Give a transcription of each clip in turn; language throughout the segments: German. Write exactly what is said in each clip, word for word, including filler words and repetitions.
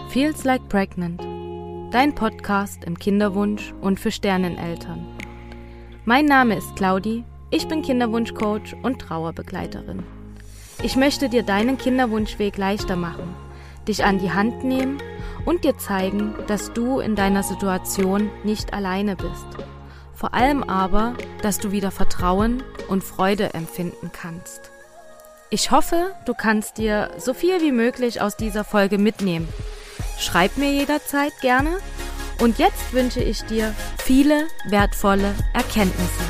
Feels Like Pregnant, dein Podcast im Kinderwunsch und für Sterneneltern. Mein Name ist Claudi, ich bin Kinderwunschcoach und Trauerbegleiterin. Ich möchte dir deinen Kinderwunschweg leichter machen, dich an die Hand nehmen und dir zeigen, dass du in deiner Situation nicht alleine bist. Vor allem aber, dass du wieder Vertrauen und Freude empfinden kannst. Ich hoffe, du kannst dir so viel wie möglich aus dieser Folge mitnehmen. Schreib mir jederzeit gerne und jetzt wünsche ich dir viele wertvolle Erkenntnisse.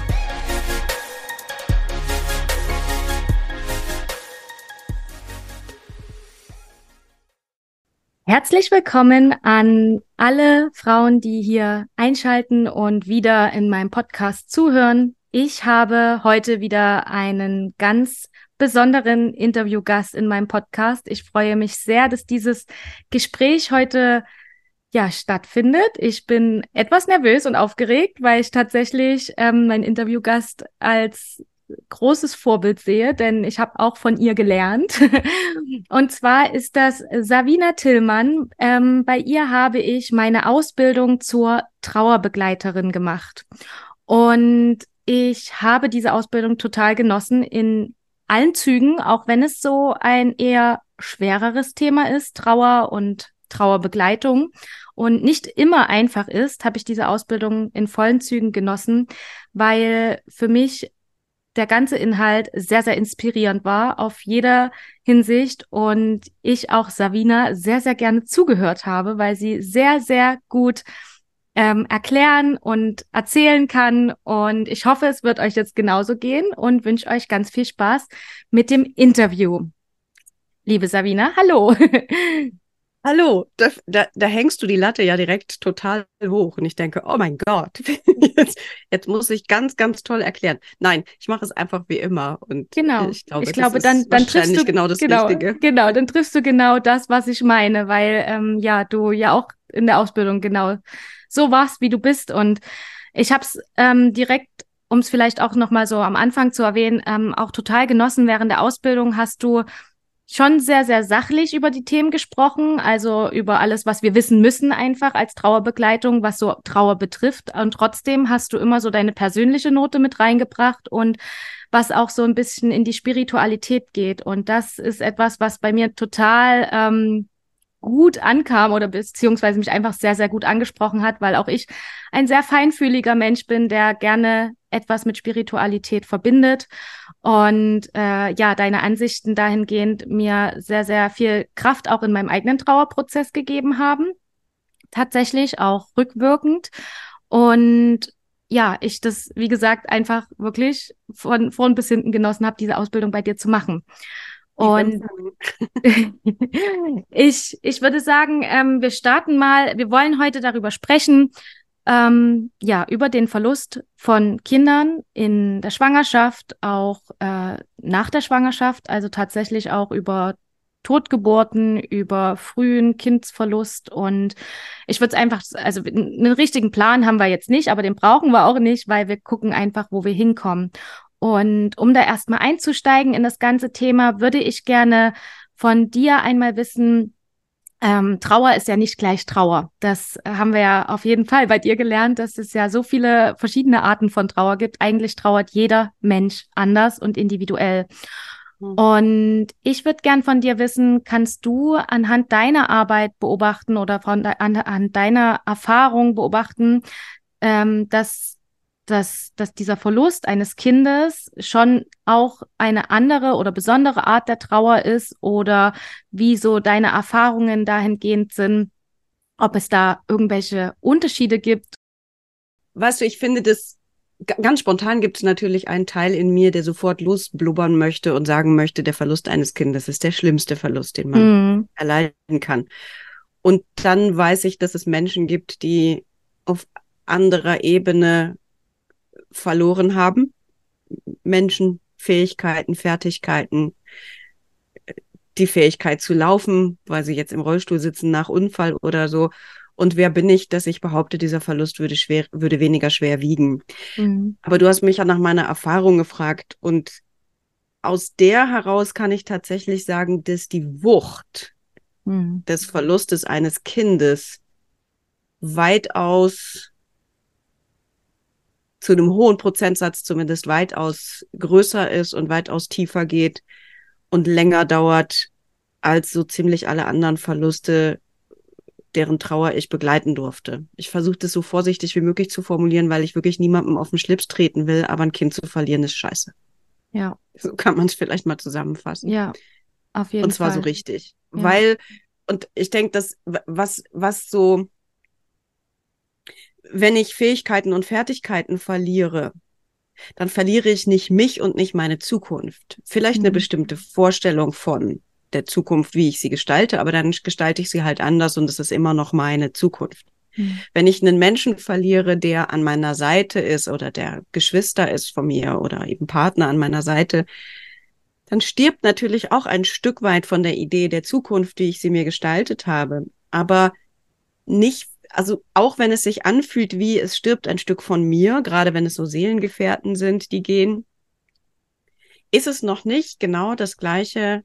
Herzlich willkommen an alle Frauen, die hier einschalten und wieder in meinem Podcast zuhören. Ich habe heute wieder einen ganz besonderen Interviewgast in meinem Podcast. Ich freue mich sehr, dass dieses Gespräch heute ja stattfindet. Ich bin etwas nervös und aufgeregt, weil ich tatsächlich ähm, meinen Interviewgast als großes Vorbild sehe, denn ich habe auch von ihr gelernt. Und zwar ist das Savina Tillmann. Ähm, bei ihr habe ich meine Ausbildung zur Trauerbegleiterin gemacht. Und ich habe diese Ausbildung total genossen in allen Zügen, auch wenn es so ein eher schwereres Thema ist, Trauer und Trauerbegleitung und nicht immer einfach ist, habe ich diese Ausbildung in vollen Zügen genossen, weil für mich der ganze Inhalt sehr, sehr inspirierend war auf jeder Hinsicht und ich auch Savina sehr, sehr gerne zugehört habe, weil sie sehr, sehr gut ähm, erklären und erzählen kann. Und ich hoffe, es wird euch jetzt genauso gehen und wünsche euch ganz viel Spaß mit dem Interview. Liebe Savina, hallo. Hallo, da, da, da hängst du die Latte ja direkt total hoch und ich denke, oh mein Gott, jetzt, jetzt muss ich ganz, ganz toll erklären. Nein, ich mache es einfach wie immer und Genau. ich glaube, ich glaube, das dann, ist dann triffst wahrscheinlich du genau das genau, Richtige. genau, dann triffst du genau das, was ich meine, weil ähm, ja, du ja auch in der Ausbildung genau so warst, wie du bist und ich habe es ähm, direkt, um es vielleicht auch noch mal so am Anfang zu erwähnen, ähm, auch total genossen. Während der Ausbildung hast du schon sehr, sehr sachlich über die Themen gesprochen, also über alles, was wir wissen müssen einfach als Trauerbegleitung, was so Trauer betrifft. Und trotzdem hast du immer so deine persönliche Note mit reingebracht und was auch so ein bisschen in die Spiritualität geht. Und das ist etwas, was bei mir total ähm, gut ankam oder beziehungsweise mich einfach sehr, sehr gut angesprochen hat, weil auch ich ein sehr feinfühliger Mensch bin, der gerne etwas mit Spiritualität verbindet und äh, ja, deine Ansichten dahingehend mir sehr, sehr viel Kraft auch in meinem eigenen Trauerprozess gegeben haben, tatsächlich auch rückwirkend und ja, ich das, wie gesagt, einfach wirklich von vorn bis hinten genossen habe, diese Ausbildung bei dir zu machen. Und ich, ich würde sagen, ähm, wir starten mal, wir wollen heute darüber sprechen, ähm, ja, über den Verlust von Kindern in der Schwangerschaft, auch äh, nach der Schwangerschaft, also tatsächlich auch über Totgeburten, über frühen Kindsverlust und ich würde es einfach, also einen richtigen Plan haben wir jetzt nicht, aber den brauchen wir auch nicht, weil wir gucken einfach, wo wir hinkommen. Und um da erstmal einzusteigen in das ganze Thema, würde ich gerne von dir einmal wissen, ähm, Trauer ist ja nicht gleich Trauer. Das haben wir ja auf jeden Fall bei dir gelernt, dass es ja so viele verschiedene Arten von Trauer gibt. Eigentlich trauert jeder Mensch anders und individuell. Mhm. Und ich würde gern von dir wissen, kannst du anhand deiner Arbeit beobachten oder von de anhand deiner Erfahrung beobachten, ähm, dass dass, dass dieser Verlust eines Kindes schon auch eine andere oder besondere Art der Trauer ist oder wie so deine Erfahrungen dahingehend sind, ob es da irgendwelche Unterschiede gibt? Weißt du, ich finde das, ganz spontan gibt es natürlich einen Teil in mir, der sofort losblubbern möchte und sagen möchte, der Verlust eines Kindes ist der schlimmste Verlust, den man hm. erleiden kann. Und dann weiß ich, dass es Menschen gibt, die auf anderer Ebene verloren haben. Menschen, Fähigkeiten, Fertigkeiten, die Fähigkeit zu laufen, weil sie jetzt im Rollstuhl sitzen nach Unfall oder so. Und wer bin ich, dass ich behaupte, dieser Verlust würde schwer, würde weniger schwer wiegen. Mhm. Aber du hast mich ja nach meiner Erfahrung gefragt und aus der heraus kann ich tatsächlich sagen, dass die Wucht hm. des Verlustes eines Kindes weitaus, zu einem hohen Prozentsatz zumindest, weitaus größer ist und weitaus tiefer geht und länger dauert als so ziemlich alle anderen Verluste, deren Trauer ich begleiten durfte. Ich versuche das so vorsichtig wie möglich zu formulieren, weil ich wirklich niemandem auf den Schlips treten will, aber ein Kind zu verlieren ist scheiße. Ja. So kann man es vielleicht mal zusammenfassen. Ja, auf jeden Und zwar Fall. so richtig. Ja. Weil, und ich denke, dass was, was so, wenn ich Fähigkeiten und Fertigkeiten verliere, dann verliere ich nicht mich und nicht meine Zukunft. Vielleicht eine Mhm. bestimmte Vorstellung von der Zukunft, wie ich sie gestalte, aber dann gestalte ich sie halt anders und es ist immer noch meine Zukunft. Mhm. Wenn ich einen Menschen verliere, der an meiner Seite ist oder der Geschwister ist von mir oder eben Partner an meiner Seite, dann stirbt natürlich auch ein Stück weit von der Idee der Zukunft, wie ich sie mir gestaltet habe. Aber nicht, also auch wenn es sich anfühlt, wie es stirbt ein Stück von mir, gerade wenn es so Seelengefährten sind, die gehen, ist es noch nicht genau das Gleiche,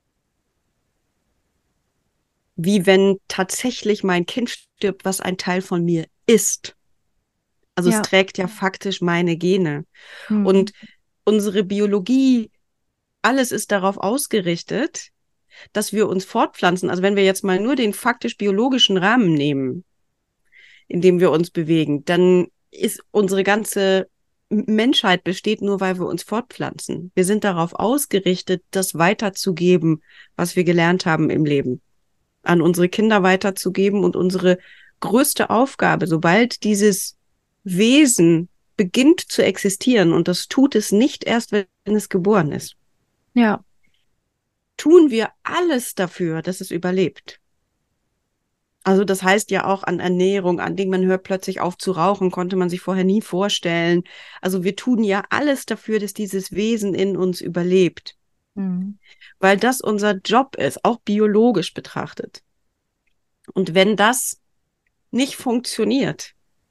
wie wenn tatsächlich mein Kind stirbt, was ein Teil von mir ist. Also es Ja. trägt ja faktisch meine Gene. Mhm. Und unsere Biologie, alles ist darauf ausgerichtet, dass wir uns fortpflanzen. Also wenn wir jetzt mal nur den faktisch biologischen Rahmen nehmen, in dem wir uns bewegen, dann ist unsere ganze Menschheit besteht nur, weil wir uns fortpflanzen. Wir sind darauf ausgerichtet, das weiterzugeben, was wir gelernt haben im Leben, an unsere Kinder weiterzugeben. Und unsere größte Aufgabe, sobald dieses Wesen beginnt zu existieren, und das tut es nicht erst, wenn es geboren ist, Ja. tun wir alles dafür, dass es überlebt. Also das heißt ja auch an Ernährung, an Dingen, man hört plötzlich auf zu rauchen, konnte man sich vorher nie vorstellen. Also wir tun ja alles dafür, dass dieses Wesen in uns überlebt. Mhm. Weil das unser Job ist, auch biologisch betrachtet. Und wenn das nicht funktioniert,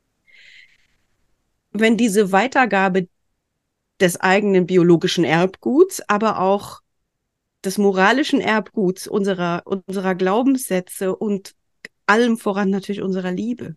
wenn diese Weitergabe des eigenen biologischen Erbguts, aber auch des moralischen Erbguts, unserer, unserer Glaubenssätze und allem voran natürlich unserer Liebe,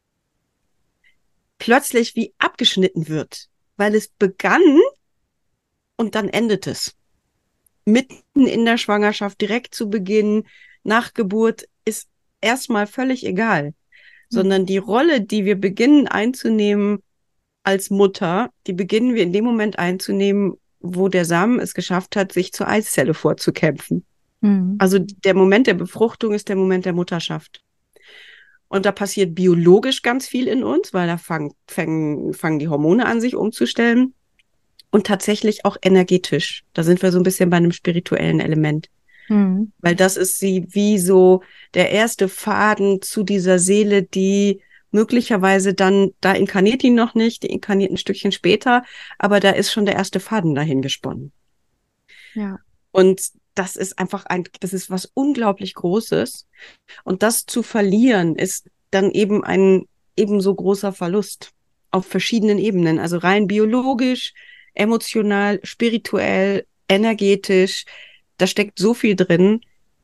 plötzlich wie abgeschnitten wird, weil es begann und dann endet es. Mitten in der Schwangerschaft, direkt zu Beginn, nach Geburt, ist erstmal völlig egal, sondern die Rolle, die wir beginnen einzunehmen als Mutter, die beginnen wir in dem Moment einzunehmen, wo der Samen es geschafft hat, sich zur Eiszelle vorzukämpfen. Mhm. Also der Moment der Befruchtung ist der Moment der Mutterschaft. Und da passiert biologisch ganz viel in uns, weil da fangen, fangen, fangen die Hormone an, sich umzustellen. Und tatsächlich auch energetisch. Da sind wir so ein bisschen bei einem spirituellen Element. Mhm. Weil das ist sie wie so der erste Faden zu dieser Seele, die möglicherweise dann, da inkarniert die noch nicht, die inkarniert ein Stückchen später, aber da ist schon der erste Faden dahin gesponnen. Ja. Und das ist einfach ein, das ist was unglaublich Großes. Und das zu verlieren ist dann eben ein ebenso großer Verlust auf verschiedenen Ebenen. Also rein biologisch, emotional, spirituell, energetisch. Da steckt so viel drin.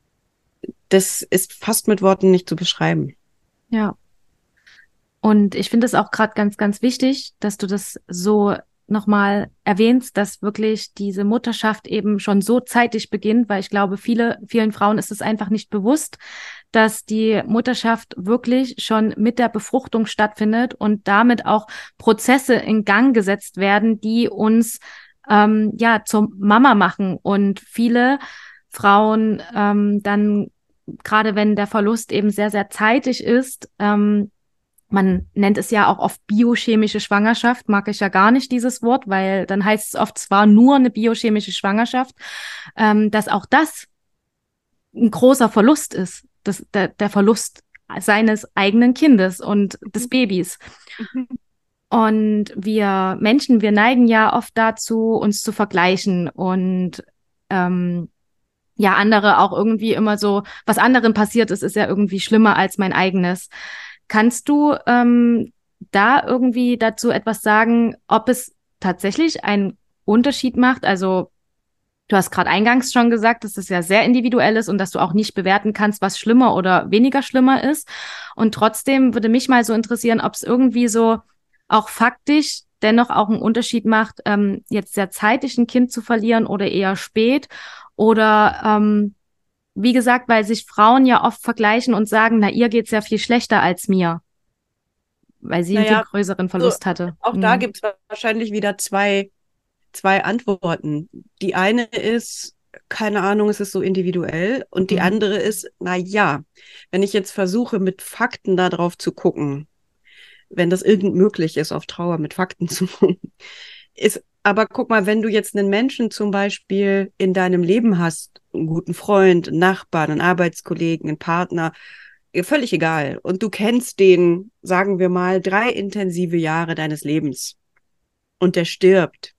Das ist fast mit Worten nicht zu beschreiben. Ja. Und ich finde es auch gerade ganz, ganz wichtig, dass du das so nochmal erwähnst, dass wirklich diese Mutterschaft eben schon so zeitig beginnt, weil ich glaube, viele, vielen Frauen ist es einfach nicht bewusst, dass die Mutterschaft wirklich schon mit der Befruchtung stattfindet und damit auch Prozesse in Gang gesetzt werden, die uns ähm, ja zur Mama machen. Und viele Frauen ähm, dann, gerade wenn der Verlust eben sehr, sehr zeitig ist, ähm, man nennt es ja auch oft biochemische Schwangerschaft, mag ich ja gar nicht dieses Wort, weil dann heißt es oft, es war nur eine biochemische Schwangerschaft, ähm, dass auch das ein großer Verlust ist, das, der, der Verlust seines eigenen Kindes und des Babys. Mhm. Und wir Menschen, wir neigen ja oft dazu, uns zu vergleichen und ähm, ja, andere auch irgendwie immer so, was anderen passiert ist, ist ja irgendwie schlimmer als mein eigenes. Kannst du ähm, da irgendwie dazu etwas sagen, ob es tatsächlich einen Unterschied macht? Also Du hast gerade eingangs schon gesagt, dass das ja sehr individuell ist und dass du auch nicht bewerten kannst, was schlimmer oder weniger schlimmer ist. Und trotzdem würde mich mal so interessieren, ob es irgendwie so auch faktisch dennoch auch einen Unterschied macht, ähm, jetzt sehr zeitig ein Kind zu verlieren oder eher spät. Oder ähm, wie gesagt, weil sich Frauen ja oft vergleichen und sagen, na, ihr geht's ja viel schlechter als mir, weil sie einen viel Naja, größeren so, Verlust hatte. auch da Mhm. gibt es wahrscheinlich wieder zwei, zwei Antworten. Die eine ist, keine Ahnung, es ist so individuell. Und die Mhm. andere ist, na ja, wenn ich jetzt versuche, mit Fakten da drauf zu gucken, wenn das irgend möglich ist, auf Trauer mit Fakten zu gucken, ist, aber guck mal, wenn du jetzt einen Menschen zum Beispiel in deinem Leben hast, einen guten Freund, einen Nachbarn, einen Arbeitskollegen, einen Partner, völlig egal, und du kennst den, sagen wir mal, drei intensive Jahre deines Lebens und der stirbt,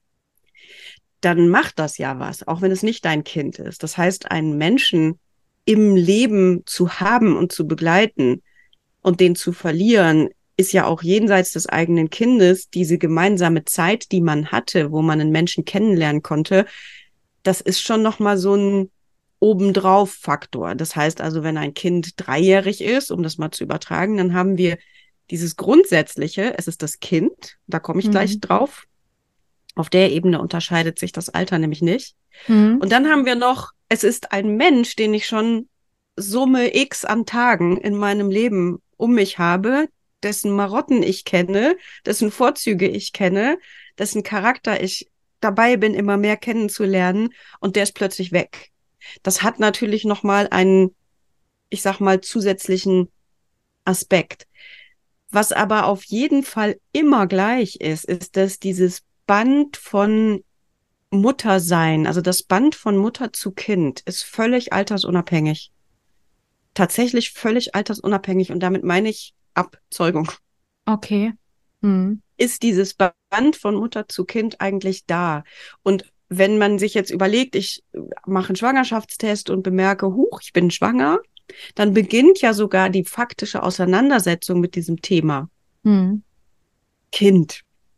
dann macht das ja was, auch wenn es nicht dein Kind ist. Das heißt, einen Menschen im Leben zu haben und zu begleiten und den zu verlieren, ist ja auch jenseits des eigenen Kindes diese gemeinsame Zeit, die man hatte, wo man einen Menschen kennenlernen konnte. Das ist schon nochmal so ein Obendrauf-Faktor. Das heißt also, wenn ein Kind dreijährig ist, um das mal zu übertragen, dann haben wir dieses Grundsätzliche, es ist das Kind, da komme ich gleich Mhm. drauf. Auf der Ebene unterscheidet sich das Alter nämlich nicht. Mhm. Und dann haben wir noch, es ist ein Mensch, den ich schon Summe X an Tagen in meinem Leben um mich habe, dessen Marotten ich kenne, dessen Vorzüge ich kenne, dessen Charakter ich dabei bin, immer mehr kennenzulernen, und der ist plötzlich weg. Das hat natürlich nochmal einen, ich sag mal, zusätzlichen Aspekt. Was aber auf jeden Fall immer gleich ist, ist, dass dieses Band von Muttersein, also das Band von Mutter zu Kind, ist völlig altersunabhängig. Tatsächlich völlig altersunabhängig, und damit meine ich Abzeugung. Okay. Mhm. Ist dieses Band von Mutter zu Kind eigentlich da? Und wenn man sich jetzt überlegt, ich mache einen Schwangerschaftstest und bemerke, huch, ich bin schwanger, dann beginnt ja sogar die faktische Auseinandersetzung mit diesem Thema Mhm. Kind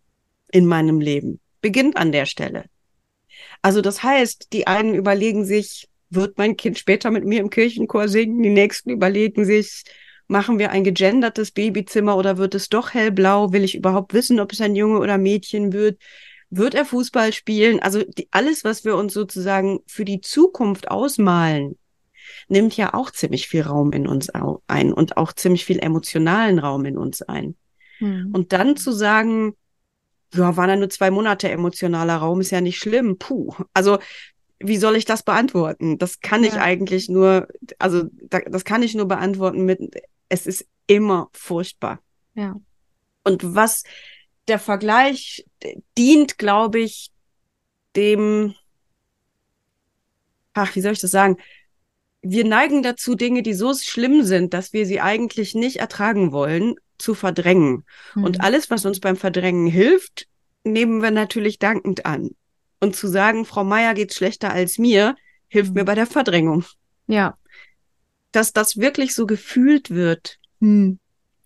in meinem Leben. Beginnt an der Stelle. Also das heißt, die einen überlegen sich, wird mein Kind später mit mir im Kirchenchor singen? Die nächsten überlegen sich, machen wir ein gegendertes Babyzimmer oder wird es doch hellblau? Will ich überhaupt wissen, ob es ein Junge oder Mädchen wird? Wird er Fußball spielen? Also die, alles, was wir uns sozusagen für die Zukunft ausmalen, nimmt ja auch ziemlich viel Raum in uns ein und auch ziemlich viel emotionalen Raum in uns ein. Mhm. Und dann zu sagen, ja, waren ja nur zwei Monate emotionaler Raum, ist ja nicht schlimm. Puh. Also, wie soll ich das beantworten? Das kann ich Ja. eigentlich nur, also, das kann ich nur beantworten mit, es ist immer furchtbar. Ja. Und was der Vergleich dient, glaube ich, dem, ach, wie soll ich das sagen? Wir neigen dazu, Dinge, die so schlimm sind, dass wir sie eigentlich nicht ertragen wollen, zu verdrängen. Und Mhm. alles, was uns beim Verdrängen hilft, nehmen wir natürlich dankend an. Und zu sagen, Frau Meier geht's schlechter als mir, hilft mir Mhm. bei der Verdrängung. Ja. Dass das wirklich so gefühlt wird, Mhm.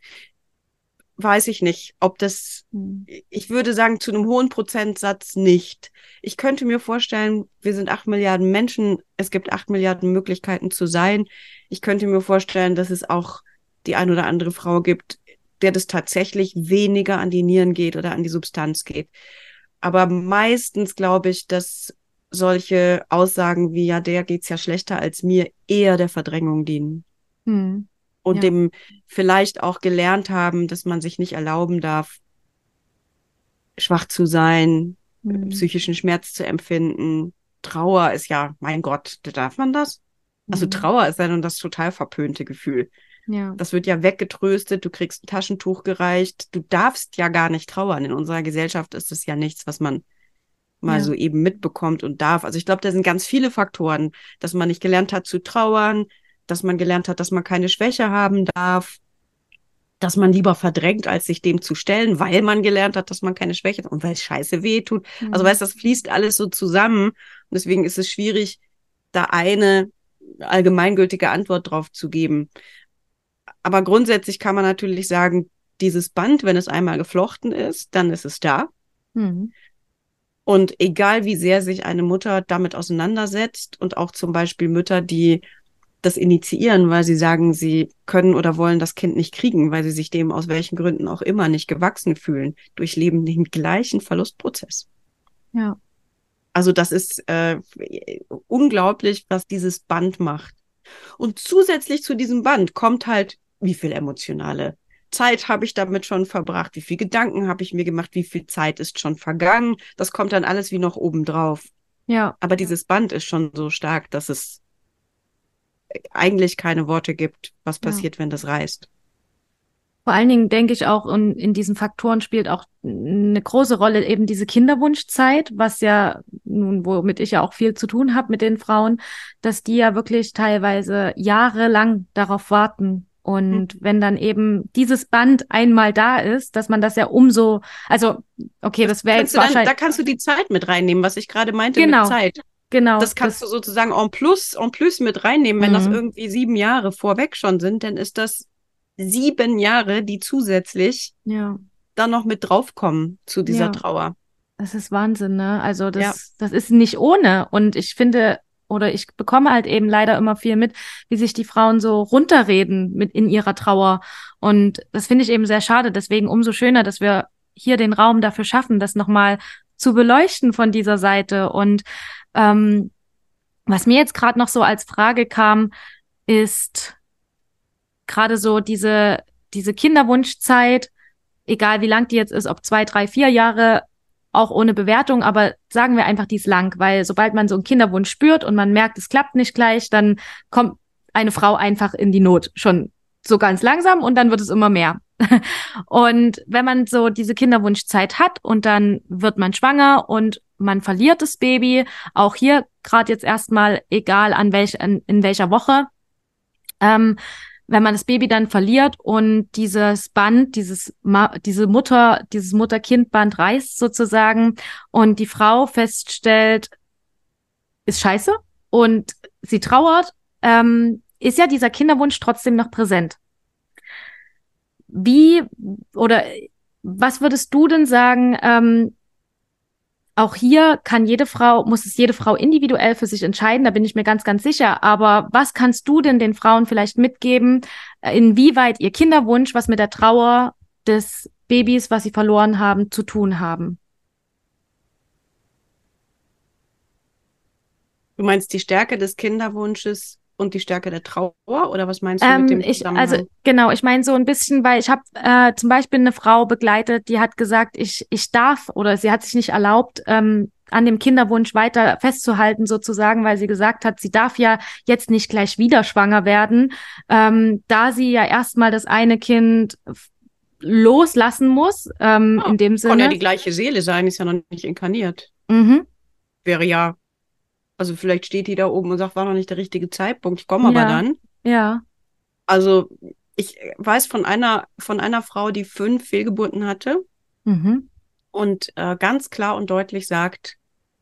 weiß ich nicht, ob das, Mhm. ich würde sagen, zu einem hohen Prozentsatz nicht. Ich könnte mir vorstellen, wir sind acht Milliarden Menschen, es gibt acht Milliarden Möglichkeiten zu sein. Ich könnte mir vorstellen, dass es auch die ein oder andere Frau gibt, der das tatsächlich weniger an die Nieren geht oder an die Substanz geht. Aber meistens glaube ich, dass solche Aussagen wie, ja, der geht's ja schlechter als mir, eher der Verdrängung dienen. Mhm. Und Ja. dem vielleicht auch gelernt haben, dass man sich nicht erlauben darf, schwach zu sein, Mhm. psychischen Schmerz zu empfinden. Trauer ist ja, mein Gott, darf man das? Also Mhm. Trauer ist ja nun das total verpönte Gefühl. Ja. Das wird ja weggetröstet, du kriegst ein Taschentuch gereicht, du darfst ja gar nicht trauern. In unserer Gesellschaft ist es ja nichts, was man mal Ja. so eben mitbekommt und darf. Also ich glaube, da sind ganz viele Faktoren, dass man nicht gelernt hat zu trauern, dass man gelernt hat, dass man keine Schwäche haben darf, dass man lieber verdrängt, als sich dem zu stellen, weil man gelernt hat, dass man keine Schwäche hat und weil es scheiße weh tut. Also Mhm. weißt, das fließt alles so zusammen. Und deswegen ist es schwierig, da eine allgemeingültige Antwort drauf zu geben. Aber grundsätzlich kann man natürlich sagen, dieses Band, wenn es einmal geflochten ist, dann ist es da. Mhm. Und egal wie sehr sich eine Mutter damit auseinandersetzt und auch zum Beispiel Mütter, die das initiieren, weil sie sagen, sie können oder wollen das Kind nicht kriegen, weil sie sich dem aus welchen Gründen auch immer nicht gewachsen fühlen, durchleben den gleichen Verlustprozess. Ja. Also das ist äh, unglaublich, was dieses Band macht. Und zusätzlich zu diesem Band kommt halt, wie viel emotionale Zeit habe ich damit schon verbracht, wie viel Gedanken habe ich mir gemacht, wie viel Zeit ist schon vergangen. Das kommt dann alles wie noch obendrauf. Ja. Aber dieses Band ist schon so stark, dass es eigentlich keine Worte gibt, was passiert, ja, wenn das reißt. Vor allen Dingen denke ich auch, und in diesen Faktoren spielt auch eine große Rolle eben diese Kinderwunschzeit, was ja nun, womit ich ja auch viel zu tun habe mit den Frauen, dass die ja wirklich teilweise jahrelang darauf warten. Und mhm. wenn dann eben dieses Band einmal da ist, dass man das ja umso, also okay, das, das wäre jetzt wahrscheinlich... Dann, da kannst du die Zeit mit reinnehmen, was ich gerade meinte genau. mit Zeit. Genau. Das kannst das, du sozusagen en plus, en plus mit reinnehmen. Wenn mhm. das irgendwie sieben Jahre vorweg schon sind, dann ist das sieben Jahre, die zusätzlich ja. dann noch mit draufkommen zu dieser ja. Trauer. Das ist Wahnsinn, ne? Also das, ja. das ist nicht ohne. Und ich finde, oder ich bekomme halt eben leider immer viel mit, wie sich die Frauen so runterreden mit in ihrer Trauer. Und das finde ich eben sehr schade. Deswegen umso schöner, dass wir hier den Raum dafür schaffen, das nochmal zu beleuchten von dieser Seite. Und ähm, was mir jetzt gerade noch so als Frage kam, ist gerade so diese, diese Kinderwunschzeit, egal wie lang die jetzt ist, ob zwei, drei, vier Jahre, auch ohne Bewertung, aber sagen wir einfach, die ist lang, weil sobald man so einen Kinderwunsch spürt und man merkt, es klappt nicht gleich, dann kommt eine Frau einfach in die Not, schon so ganz langsam und dann wird es immer mehr. Und wenn man so diese Kinderwunschzeit hat und dann wird man schwanger und man verliert das Baby, auch hier gerade jetzt erstmal, egal an welch, an, in welcher Woche, ähm, wenn man das Baby dann verliert und dieses Band, dieses Ma- diese Mutter, dieses Mutter-Kind-Band reißt sozusagen und die Frau feststellt, ist scheiße und sie trauert, ähm, ist ja dieser Kinderwunsch trotzdem noch präsent. Wie oder was würdest du denn sagen, ähm, auch hier kann jede Frau, muss es jede Frau individuell für sich entscheiden, da bin ich mir ganz, ganz sicher. Aber was kannst du denn den Frauen vielleicht mitgeben, inwieweit ihr Kinderwunsch, was mit der Trauer des Babys, was sie verloren haben, zu tun haben? Du meinst die Stärke des Kinderwunsches und die Stärke der Trauer? Oder was meinst du ähm, mit dem ich, Zusammenhang? Also genau, ich meine so ein bisschen, weil ich habe äh, zum Beispiel eine Frau begleitet, die hat gesagt, ich ich darf oder sie hat sich nicht erlaubt, ähm, an dem Kinderwunsch weiter festzuhalten sozusagen, weil sie gesagt hat, sie darf ja jetzt nicht gleich wieder schwanger werden, ähm, da sie ja erstmal das eine Kind loslassen muss, ähm, oh, in dem Sinne. Kann ja die gleiche Seele sein, ist ja noch nicht inkarniert. Mhm. Wäre ja, also vielleicht steht die da oben und sagt, war noch nicht der richtige Zeitpunkt, ich komme ja. aber dann. Ja. Also ich weiß von einer, von einer Frau, die fünf Fehlgeburten hatte Mhm. und äh, ganz klar und deutlich sagt,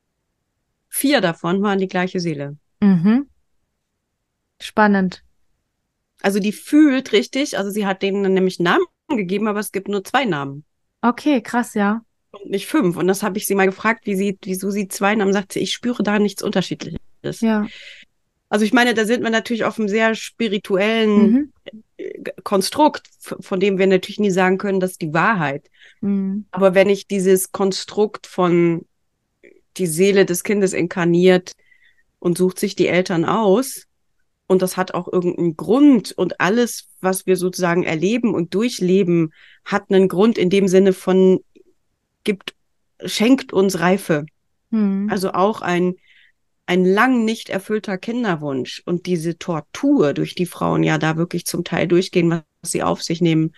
vier davon waren die gleiche Seele. Mhm. Spannend. Also die fühlt richtig, also sie hat denen nämlich Namen gegeben, aber es gibt nur zwei Namen. Okay, krass, ja. Und nicht fünf. Und das habe ich sie mal gefragt, wie sie, wieso sie zwei Namen sagt. Sie, ich spüre da nichts Unterschiedliches. Ja. Also ich meine, da sind wir natürlich auf einem sehr spirituellen mhm. Konstrukt, von dem wir natürlich nie sagen können, das ist die Wahrheit. Mhm. Aber wenn ich dieses Konstrukt von die Seele des Kindes inkarniert und sucht sich die Eltern aus und das hat auch irgendeinen Grund und alles, was wir sozusagen erleben und durchleben, hat einen Grund in dem Sinne von gibt, schenkt uns Reife. Mhm. Also auch ein ein lang nicht erfüllter Kinderwunsch und diese Tortur, durch die Frauen ja da wirklich zum Teil durchgehen, was sie auf sich nehmen,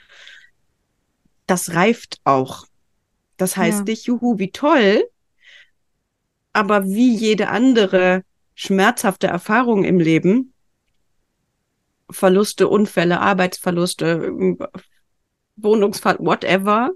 das reift auch. Das heißt ja. nicht, juhu, wie toll, aber wie jede andere schmerzhafte Erfahrung im Leben, Verluste, Unfälle, Arbeitsverluste, Wohnungsfall, whatever,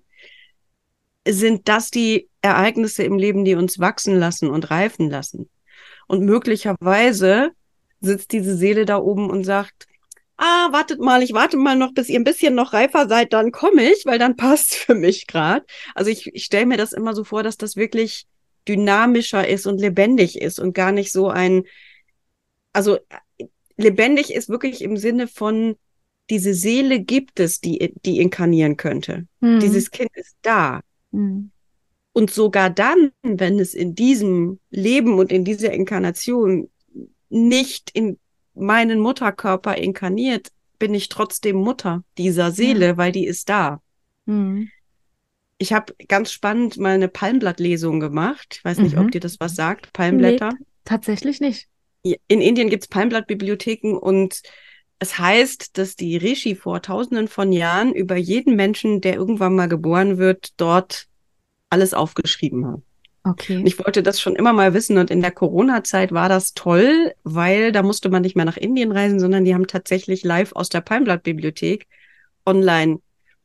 sind das die Ereignisse im Leben, die uns wachsen lassen und reifen lassen. Und möglicherweise sitzt diese Seele da oben und sagt, ah, wartet mal, ich warte mal noch, bis ihr ein bisschen noch reifer seid, dann komme ich, weil dann passt für mich gerade. Also ich, ich stelle mir das immer so vor, dass das wirklich dynamischer ist und lebendig ist und gar nicht so ein, also lebendig ist wirklich im Sinne von, diese Seele gibt es, die, die inkarnieren könnte. Mhm. Dieses Kind ist da. Mhm. Und sogar dann, wenn es in diesem Leben und in dieser Inkarnation nicht in meinen Mutterkörper inkarniert, bin ich trotzdem Mutter dieser Seele, ja. weil die ist da. Mhm. Ich habe ganz spannend mal eine Palmblattlesung gemacht. Ich weiß nicht, mhm. ob dir das was sagt, Palmblätter. Nee, tatsächlich nicht. In Indien gibt es Palmblattbibliotheken und es heißt, dass die Rishi vor tausenden von Jahren über jeden Menschen, der irgendwann mal geboren wird, dort alles aufgeschrieben haben. Okay. Und ich wollte das schon immer mal wissen und in der Corona-Zeit war das toll, weil da musste man nicht mehr nach Indien reisen, sondern die haben tatsächlich live aus der Palmblattbibliothek online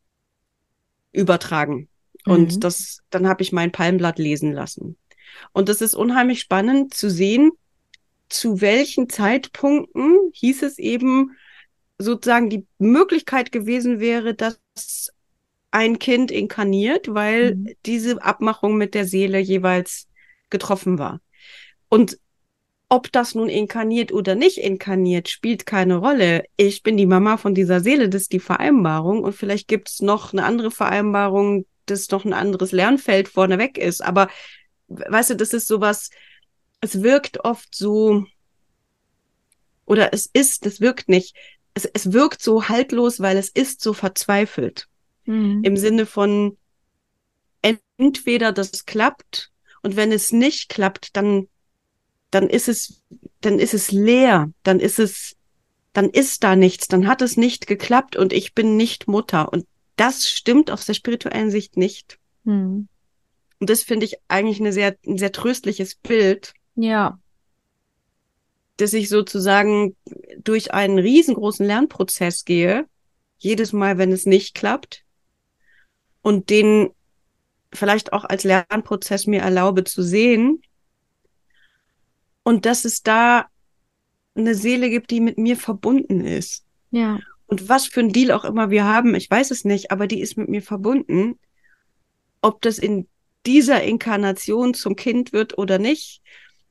übertragen. Mhm. Und das, dann habe ich mein Palmblatt lesen lassen. Und es ist unheimlich spannend zu sehen, zu welchen Zeitpunkten hieß es eben, sozusagen die Möglichkeit gewesen wäre, dass ein Kind inkarniert, weil mhm. diese Abmachung mit der Seele jeweils getroffen war. Und ob das nun inkarniert oder nicht inkarniert, spielt keine Rolle. Ich bin die Mama von dieser Seele, das ist die Vereinbarung und vielleicht gibt es noch eine andere Vereinbarung, dass noch ein anderes Lernfeld vorneweg ist. Aber weißt du, das ist sowas, es wirkt oft so, oder es ist, es wirkt nicht, es, es wirkt so haltlos, weil es ist so verzweifelt. Mhm. Im Sinne von, entweder das klappt und wenn es nicht klappt, dann, dann ist es, dann ist es leer, dann ist es, dann ist da nichts, dann hat es nicht geklappt und ich bin nicht Mutter. Und das stimmt aus der spirituellen Sicht nicht. Mhm. Und das finde ich eigentlich eine sehr, ein sehr tröstliches Bild. Ja. Dass ich sozusagen durch einen riesengroßen Lernprozess gehe, jedes Mal, wenn es nicht klappt, und den vielleicht auch als Lernprozess mir erlaube zu sehen und dass es da eine Seele gibt, die mit mir verbunden ist. Ja. Und was für ein Deal auch immer wir haben, ich weiß es nicht, aber die ist mit mir verbunden. Ob das in dieser Inkarnation zum Kind wird oder nicht,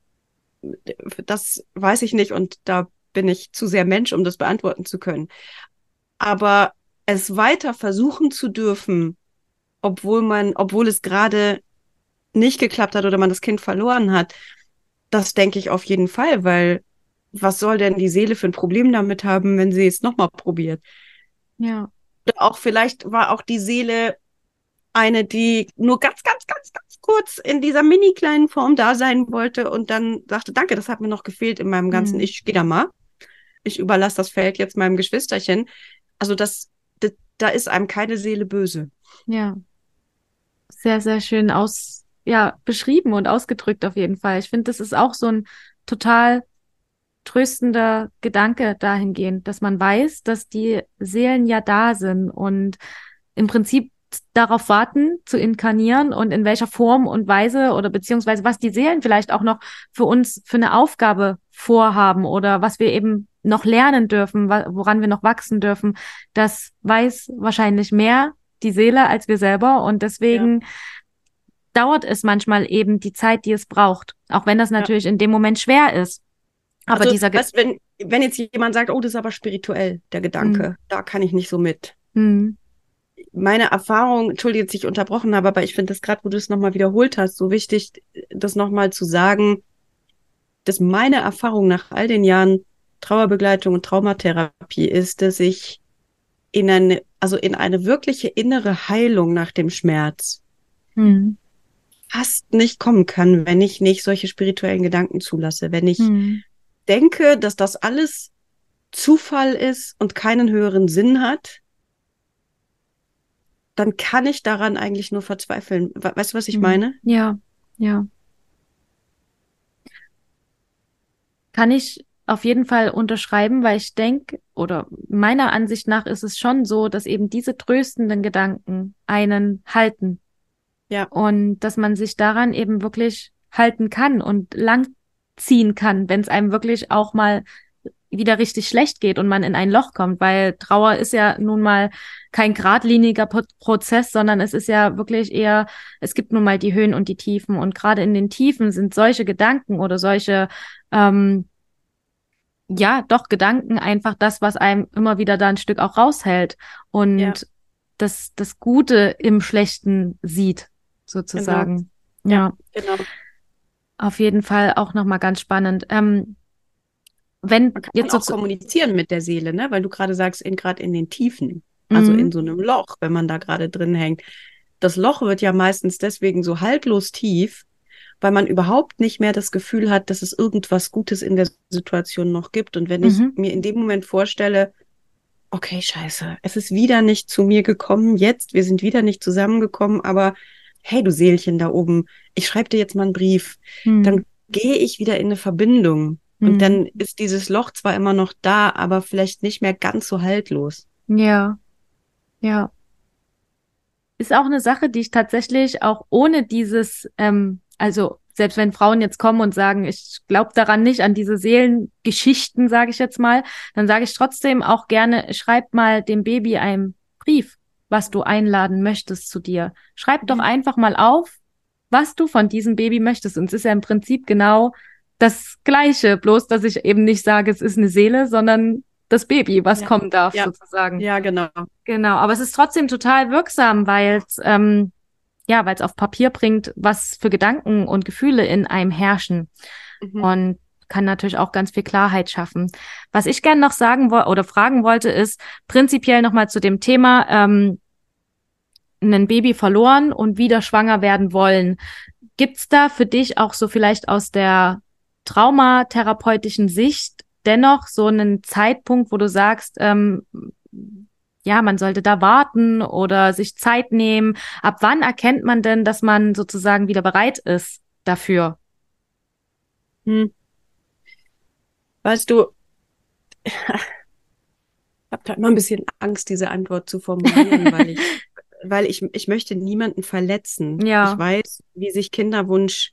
das weiß ich nicht und da bin ich zu sehr Mensch, um das beantworten zu können. Aber es weiter versuchen zu dürfen, obwohl man, obwohl es gerade nicht geklappt hat oder man das Kind verloren hat, das denke ich auf jeden Fall, weil was soll denn die Seele für ein Problem damit haben, wenn sie es nochmal probiert? Ja. Oder auch vielleicht war auch die Seele eine, die nur ganz, ganz, ganz, ganz kurz in dieser mini kleinen Form da sein wollte und dann sagte, danke, das hat mir noch gefehlt in meinem ganzen, mhm. ich gehe da mal. Ich überlasse das Feld jetzt meinem Geschwisterchen. Also das, das, da ist einem keine Seele böse. Ja. Sehr, sehr schön aus, ja, beschrieben und ausgedrückt auf jeden Fall. Ich finde, das ist auch so ein total tröstender Gedanke dahingehend, dass man weiß, dass die Seelen ja da sind und im Prinzip darauf warten, zu inkarnieren und in welcher Form und Weise oder beziehungsweise was die Seelen vielleicht auch noch für uns für eine Aufgabe vorhaben oder was wir eben noch lernen dürfen, woran wir noch wachsen dürfen. Das weiß wahrscheinlich mehr die Seele als wir selber und deswegen ja. dauert es manchmal eben die Zeit, die es braucht, auch wenn das natürlich ja. in dem Moment schwer ist. Aber also, dieser Ge- weißt, wenn, wenn jetzt jemand sagt, oh, das ist aber spirituell, der Gedanke, mhm. da kann ich nicht so mit. Mhm. Meine Erfahrung, entschuldige, dass ich unterbrochen habe, aber ich finde das gerade, wo du es nochmal wiederholt hast, so wichtig, das nochmal zu sagen, dass meine Erfahrung nach all den Jahren Trauerbegleitung und Traumatherapie ist, dass ich in eine, also in eine wirkliche innere Heilung nach dem Schmerz mhm. fast nicht kommen kann, wenn ich nicht solche spirituellen Gedanken zulasse, wenn ich mhm. denke, dass das alles Zufall ist und keinen höheren Sinn hat, dann kann ich daran eigentlich nur verzweifeln. Weißt du, was ich meine? Ja, ja. Kann ich auf jeden Fall unterschreiben, weil ich denke, oder meiner Ansicht nach ist es schon so, dass eben diese tröstenden Gedanken einen halten. Ja. Und dass man sich daran eben wirklich halten kann und langziehen kann, wenn es einem wirklich auch mal wieder richtig schlecht geht und man in ein Loch kommt, weil Trauer ist ja nun mal kein geradliniger Pro- Prozess, sondern es ist ja wirklich eher, es gibt nun mal die Höhen und die Tiefen und gerade in den Tiefen sind solche Gedanken oder solche, ähm, ja, doch Gedanken einfach das, was einem immer wieder da ein Stück auch raushält Ja, und das, das Gute im Schlechten sieht, genau. sozusagen. Ja, Ja, genau. auf jeden Fall auch nochmal ganz spannend. Ähm, wenn Man kann jetzt auch so, kommunizieren mit der Seele, ne? Weil du gerade sagst, in, gerade in den Tiefen, also in mhm, so einem Loch, wenn man da gerade drin hängt. Das Loch wird ja meistens deswegen so haltlos tief, weil man überhaupt nicht mehr das Gefühl hat, dass es irgendwas Gutes in der Situation noch gibt. Und wenn ich mhm, mir in dem Moment vorstelle, okay, scheiße, es ist wieder nicht zu mir gekommen, jetzt, wir sind wieder nicht zusammengekommen, aber hey, du Seelchen da oben, ich schreibe dir jetzt mal einen Brief, mhm, dann gehe ich wieder in eine Verbindung. Und mhm. dann ist dieses Loch zwar immer noch da, aber vielleicht nicht mehr ganz so haltlos. Ja, ja. Ist auch eine Sache, die ich tatsächlich auch ohne dieses, ähm, also selbst wenn Frauen jetzt kommen und sagen, ich glaube daran nicht, an diese Seelengeschichten, sage ich jetzt mal, dann sage ich trotzdem auch gerne, schreib mal dem Baby einen Brief, was du einladen möchtest zu dir. Schreib doch Mhm. einfach mal auf, was du von diesem Baby möchtest. Und es ist ja im Prinzip genau das Gleiche, bloß dass ich eben nicht sage, es ist eine Seele, sondern das Baby, was Ja, kommen darf, ja, sozusagen. ja, genau. Genau, aber es ist trotzdem total wirksam, weil es ähm, ja, weil es auf Papier bringt, was für Gedanken und Gefühle in einem herrschen Mhm. und kann natürlich auch ganz viel Klarheit schaffen. Was ich gerne noch sagen wollte oder fragen wollte, ist prinzipiell nochmal zu dem Thema ähm, ein Baby verloren und wieder schwanger werden wollen. Gibt's da für dich auch so vielleicht aus der traumatherapeutischen Sicht dennoch so einen Zeitpunkt, wo du sagst, ähm, ja, man sollte da warten oder sich Zeit nehmen? Ab wann erkennt man denn, dass man sozusagen wieder bereit ist dafür? Hm. Weißt du, ich habe da immer ein bisschen Angst, diese Antwort zu formulieren, weil ich, weil ich, ich möchte niemanden verletzen. Ich Ja, weiß, wie sich Kinderwunsch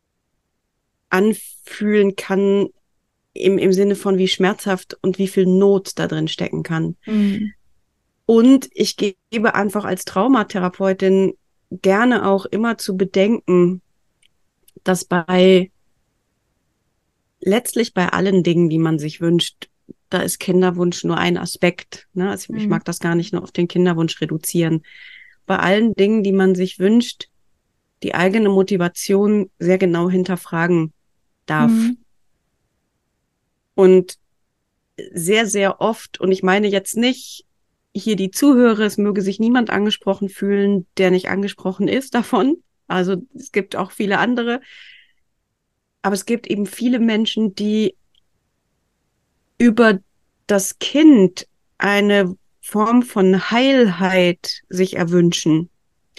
anfühlen kann im, im Sinne von wie schmerzhaft und wie viel Not da drin stecken kann. hm. Und ich gebe einfach als Traumatherapeutin gerne auch immer zu bedenken, dass bei letztlich bei allen Dingen, die man sich wünscht, da ist Kinderwunsch nur ein Aspekt. Ne? Also ich Hm. mag das gar nicht nur auf den Kinderwunsch reduzieren. Bei allen Dingen, die man sich wünscht, die eigene Motivation sehr genau hinterfragen darf. Hm. Und sehr, sehr oft, und ich meine jetzt nicht hier die Zuhörer, es möge sich niemand angesprochen fühlen, der nicht angesprochen ist davon. Also es gibt auch viele andere. Aber es gibt eben viele Menschen, die über das Kind eine Form von Heilheit sich erwünschen.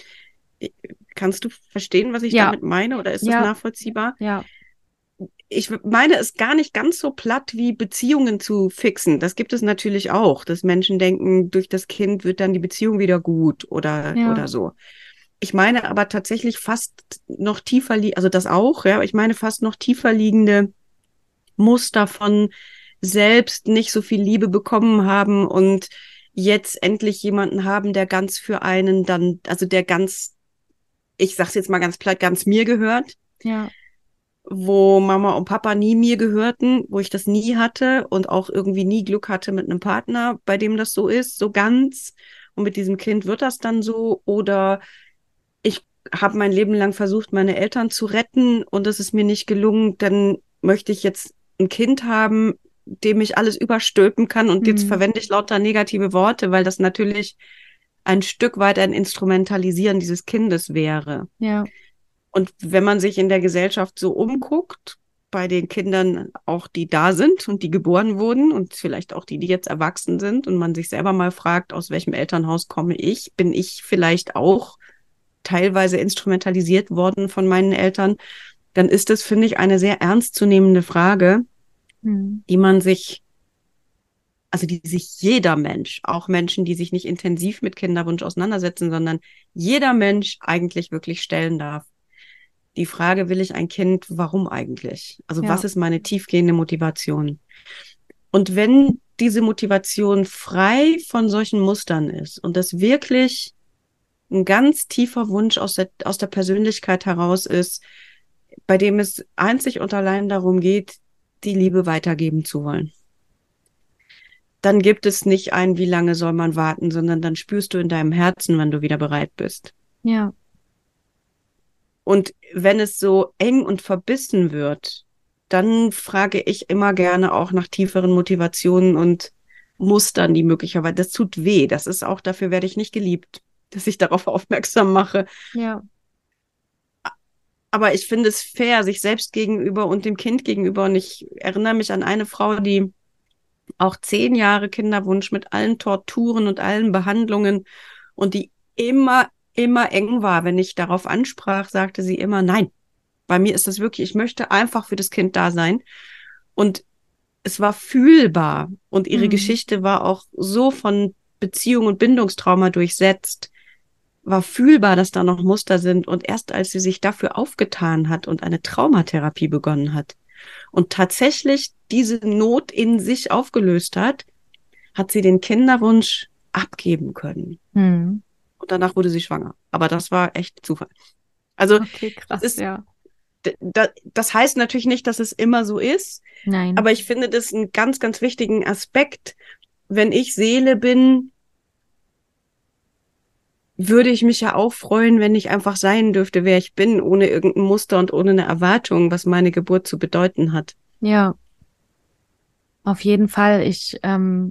Kannst du verstehen, was ich Ja, damit meine, oder ist das ja, nachvollziehbar? ja, Ich meine es gar nicht ganz so platt wie Beziehungen zu fixen. Das gibt es natürlich auch, dass Menschen denken, durch das Kind wird dann die Beziehung wieder gut oder, ja. oder so. Ich meine aber tatsächlich fast noch tiefer, also das auch, ja, ich meine fast noch tiefer liegende Muster von selbst nicht so viel Liebe bekommen haben und jetzt endlich jemanden haben, der ganz für einen dann, also der ganz, ich sag's jetzt mal ganz platt, ganz mir gehört, Ja. wo Mama und Papa nie mir gehörten, wo ich das nie hatte und auch irgendwie nie Glück hatte mit einem Partner, bei dem das so ist, so ganz. Und mit diesem Kind wird das dann so. Oder ich habe mein Leben lang versucht, meine Eltern zu retten und es ist mir nicht gelungen. Dann möchte ich jetzt ein Kind haben, dem ich alles überstülpen kann. Und jetzt Hm. verwende ich lauter negative Worte, weil das natürlich ein Stück weit ein Instrumentalisieren dieses Kindes wäre. Ja. Und wenn man sich in der Gesellschaft so umguckt, bei den Kindern auch, die da sind und die geboren wurden und vielleicht auch die, die jetzt erwachsen sind und man sich selber mal fragt, aus welchem Elternhaus komme ich? Bin ich vielleicht auch teilweise instrumentalisiert worden von meinen Eltern? Dann ist das, finde ich, eine sehr ernstzunehmende Frage, Hm. die man sich, also die sich jeder Mensch, auch Menschen, die sich nicht intensiv mit Kinderwunsch auseinandersetzen, sondern jeder Mensch eigentlich wirklich stellen darf. Die Frage, will ich ein Kind, warum eigentlich? Also was Ja. ist meine tiefgehende Motivation? Und wenn diese Motivation frei von solchen Mustern ist und das wirklich ein ganz tiefer Wunsch aus der, aus der Persönlichkeit heraus ist, bei dem es einzig und allein darum geht, die Liebe weitergeben zu wollen, dann gibt es nicht ein, wie lange soll man warten, sondern dann spürst du in deinem Herzen, wann du wieder bereit bist. Ja. Und wenn es so eng und verbissen wird, dann frage ich immer gerne auch nach tieferen Motivationen und Mustern, die möglicherweise, das tut weh. Das ist auch, dafür werde ich nicht geliebt, dass ich darauf aufmerksam mache. Ja. Aber ich finde es fair, sich selbst gegenüber und dem Kind gegenüber. Und ich erinnere mich an eine Frau, die auch zehn Jahre Kinderwunsch mit allen Torturen und allen Behandlungen und die immer, immer eng war. Wenn ich darauf ansprach, sagte sie immer, nein, bei mir ist das wirklich, ich möchte einfach für das Kind da sein. Und es war fühlbar. Und ihre mhm. Geschichte war auch so von Beziehung und Bindungstrauma durchsetzt, war fühlbar, dass da noch Muster sind. Und erst als sie sich dafür aufgetan hat und eine Traumatherapie begonnen hat und tatsächlich diese Not in sich aufgelöst hat, hat sie den Kinderwunsch abgeben können. Mhm. Und danach wurde sie schwanger. Aber das war echt Zufall. Also okay, krass, das ist, ja. das heißt natürlich nicht, dass es immer so ist. Nein. Aber ich finde das einen ganz, ganz wichtigen Aspekt. Wenn ich Seele bin, würde ich mich ja auch freuen, wenn ich einfach sein dürfte, wer ich bin, ohne irgendein Muster und ohne eine Erwartung, was meine Geburt zu bedeuten hat. Ja, auf jeden Fall. Ich, ähm,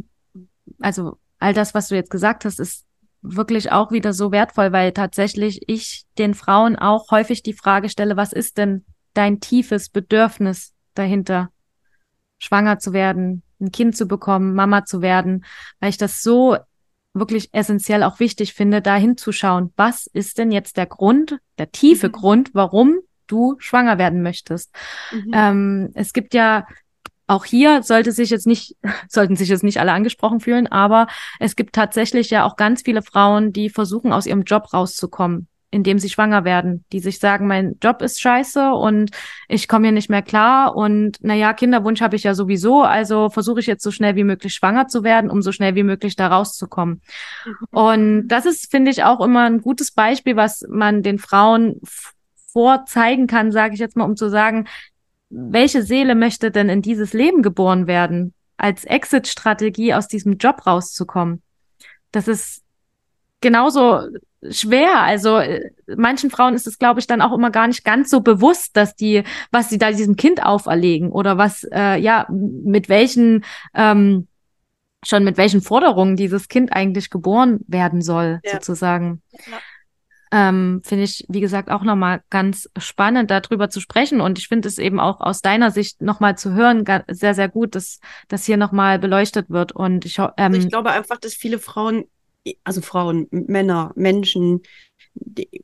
also all das, was du jetzt gesagt hast, ist wirklich auch wieder so wertvoll, weil tatsächlich ich den Frauen auch häufig die Frage stelle, was ist denn dein tiefes Bedürfnis dahinter, schwanger zu werden, ein Kind zu bekommen, Mama zu werden, weil ich das so wirklich essentiell auch wichtig finde, da hinzuschauen, was ist denn jetzt der Grund, der tiefe mhm. Grund, warum du schwanger werden möchtest. Mhm. Ähm, es gibt ja auch hier sollte sich jetzt nicht, sollten sich jetzt nicht alle angesprochen fühlen, aber es gibt tatsächlich ja auch ganz viele Frauen, die versuchen, aus ihrem Job rauszukommen, indem sie schwanger werden, die sich sagen, mein Job ist scheiße und ich komme hier nicht mehr klar und naja, Kinderwunsch habe ich ja sowieso, also versuche ich jetzt so schnell wie möglich schwanger zu werden, um so schnell wie möglich da rauszukommen. Mhm. Und das ist, finde ich, auch immer ein gutes Beispiel, was man den Frauen vorzeigen kann, sage ich jetzt mal, um zu sagen, welche Seele möchte denn in dieses Leben geboren werden, als Exit-Strategie aus diesem Job rauszukommen? Das ist genauso schwer. Also manchen Frauen ist es, glaube ich, dann auch immer gar nicht ganz so bewusst, dass die, was sie da diesem Kind auferlegen oder was, äh, ja, mit welchen, ähm, schon mit welchen Forderungen dieses Kind eigentlich geboren werden soll, ja. sozusagen. Ja. Ähm, finde ich, wie gesagt, auch nochmal ganz spannend, darüber zu sprechen. Und ich finde es eben auch aus deiner Sicht nochmal zu hören, sehr, sehr gut, dass das hier nochmal beleuchtet wird. Und ich, ähm, also ich glaube einfach, dass viele Frauen, also Frauen, Männer, Menschen, die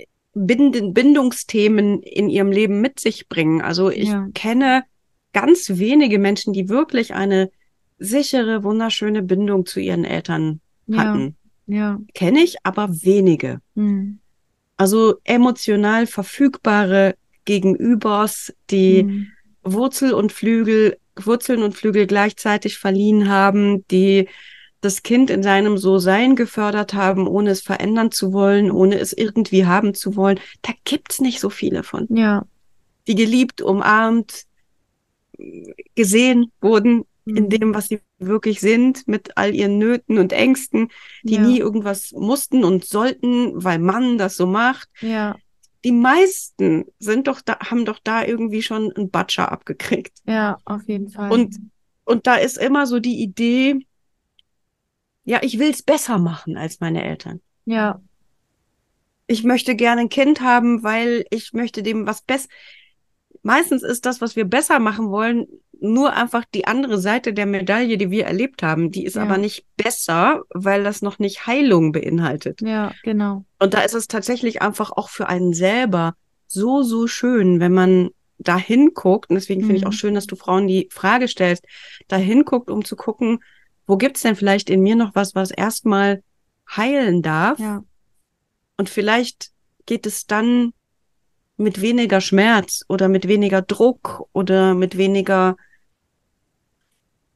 Bind- Bindungsthemen in ihrem Leben mit sich bringen. Also ich ja. kenne ganz wenige Menschen, die wirklich eine sichere, wunderschöne Bindung zu ihren Eltern hatten. Ja. Ja. Kenne ich, aber wenige. Hm. Also emotional verfügbare Gegenübers, die hm. Wurzel und Flügel, Wurzeln und Flügel gleichzeitig verliehen haben, die das Kind in seinem So-Sein gefördert haben, ohne es verändern zu wollen, ohne es irgendwie haben zu wollen. Da gibt's nicht so viele von. Ja. Die geliebt, umarmt, gesehen wurden in dem, was sie wirklich sind, mit all ihren Nöten und Ängsten, die ja. nie irgendwas mussten und sollten, weil man das so macht. Ja. Die meisten sind doch da, haben doch da irgendwie schon einen Batscher abgekriegt. Ja, auf jeden Fall. Und, und da ist immer so die Idee, ja, ich will es besser machen als meine Eltern. Ja. Ich möchte gerne ein Kind haben, weil ich möchte dem was besser. Meistens ist das, was wir besser machen wollen, nur einfach die andere Seite der Medaille, die wir erlebt haben. Die ist ja. aber nicht besser, weil das noch nicht Heilung beinhaltet. Ja, genau. Und da ist es tatsächlich einfach auch für einen selber so, so schön, wenn man da hinguckt. Und deswegen mhm. finde ich auch schön, dass du Frauen die Frage stellst, da hinguckt, um zu gucken, wo gibt's denn vielleicht in mir noch was, was erstmal heilen darf? Ja. Und vielleicht geht es dann mit weniger Schmerz oder mit weniger Druck oder mit weniger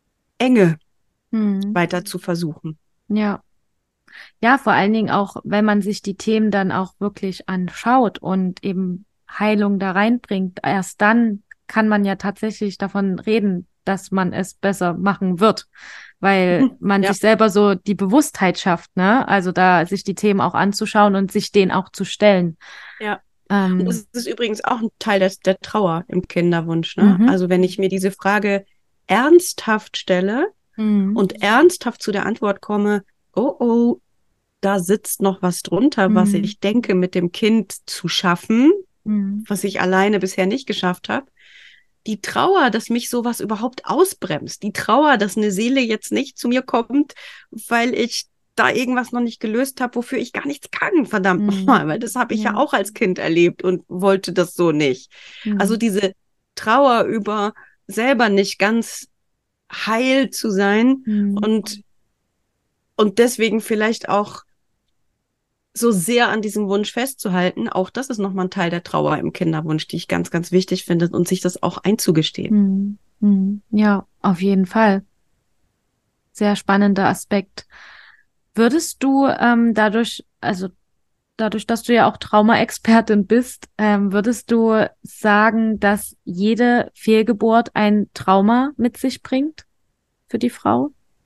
Enge Mhm. weiter zu versuchen. Ja. Ja, vor allen Dingen auch, wenn man sich die Themen dann auch wirklich anschaut und eben Heilung da reinbringt, erst dann kann man ja tatsächlich davon reden, dass man es besser machen wird, weil man Ja. sich selber so die Bewusstheit schafft, ne? Also da sich die Themen auch anzuschauen und sich denen auch zu stellen. Ja. Und Ähm, das ist übrigens auch ein Teil des, der Trauer im Kinderwunsch, ne? mhm. Also wenn ich mir diese Frage ernsthaft stelle Mhm. und ernsthaft zu der Antwort komme, oh, oh, da sitzt noch was drunter, was Mhm. ich denke, mit dem Kind zu schaffen, Mhm. was ich alleine bisher nicht geschafft habe. Die Trauer, dass mich sowas überhaupt ausbremst. Die Trauer, dass eine Seele jetzt nicht zu mir kommt, weil ich da irgendwas noch nicht gelöst habe, wofür ich gar nichts kann, verdammt Mhm. nochmal, weil das habe ich ja Ja. auch als Kind erlebt und wollte das so nicht. Also Mhm. diese Trauer über selber nicht ganz heil zu sein Mhm. und, und deswegen vielleicht auch so sehr an diesem Wunsch festzuhalten, auch das ist nochmal ein Teil der Trauer im Kinderwunsch, die ich ganz, ganz wichtig finde und sich das auch einzugestehen. Mhm. Mhm. Ja, auf jeden Fall. Sehr spannender Aspekt. Würdest du ähm, dadurch, also dadurch, dass du ja auch Trauma-Expertin bist, ähm, würdest du sagen, dass jede Fehlgeburt ein Trauma mit sich bringt für die Frau?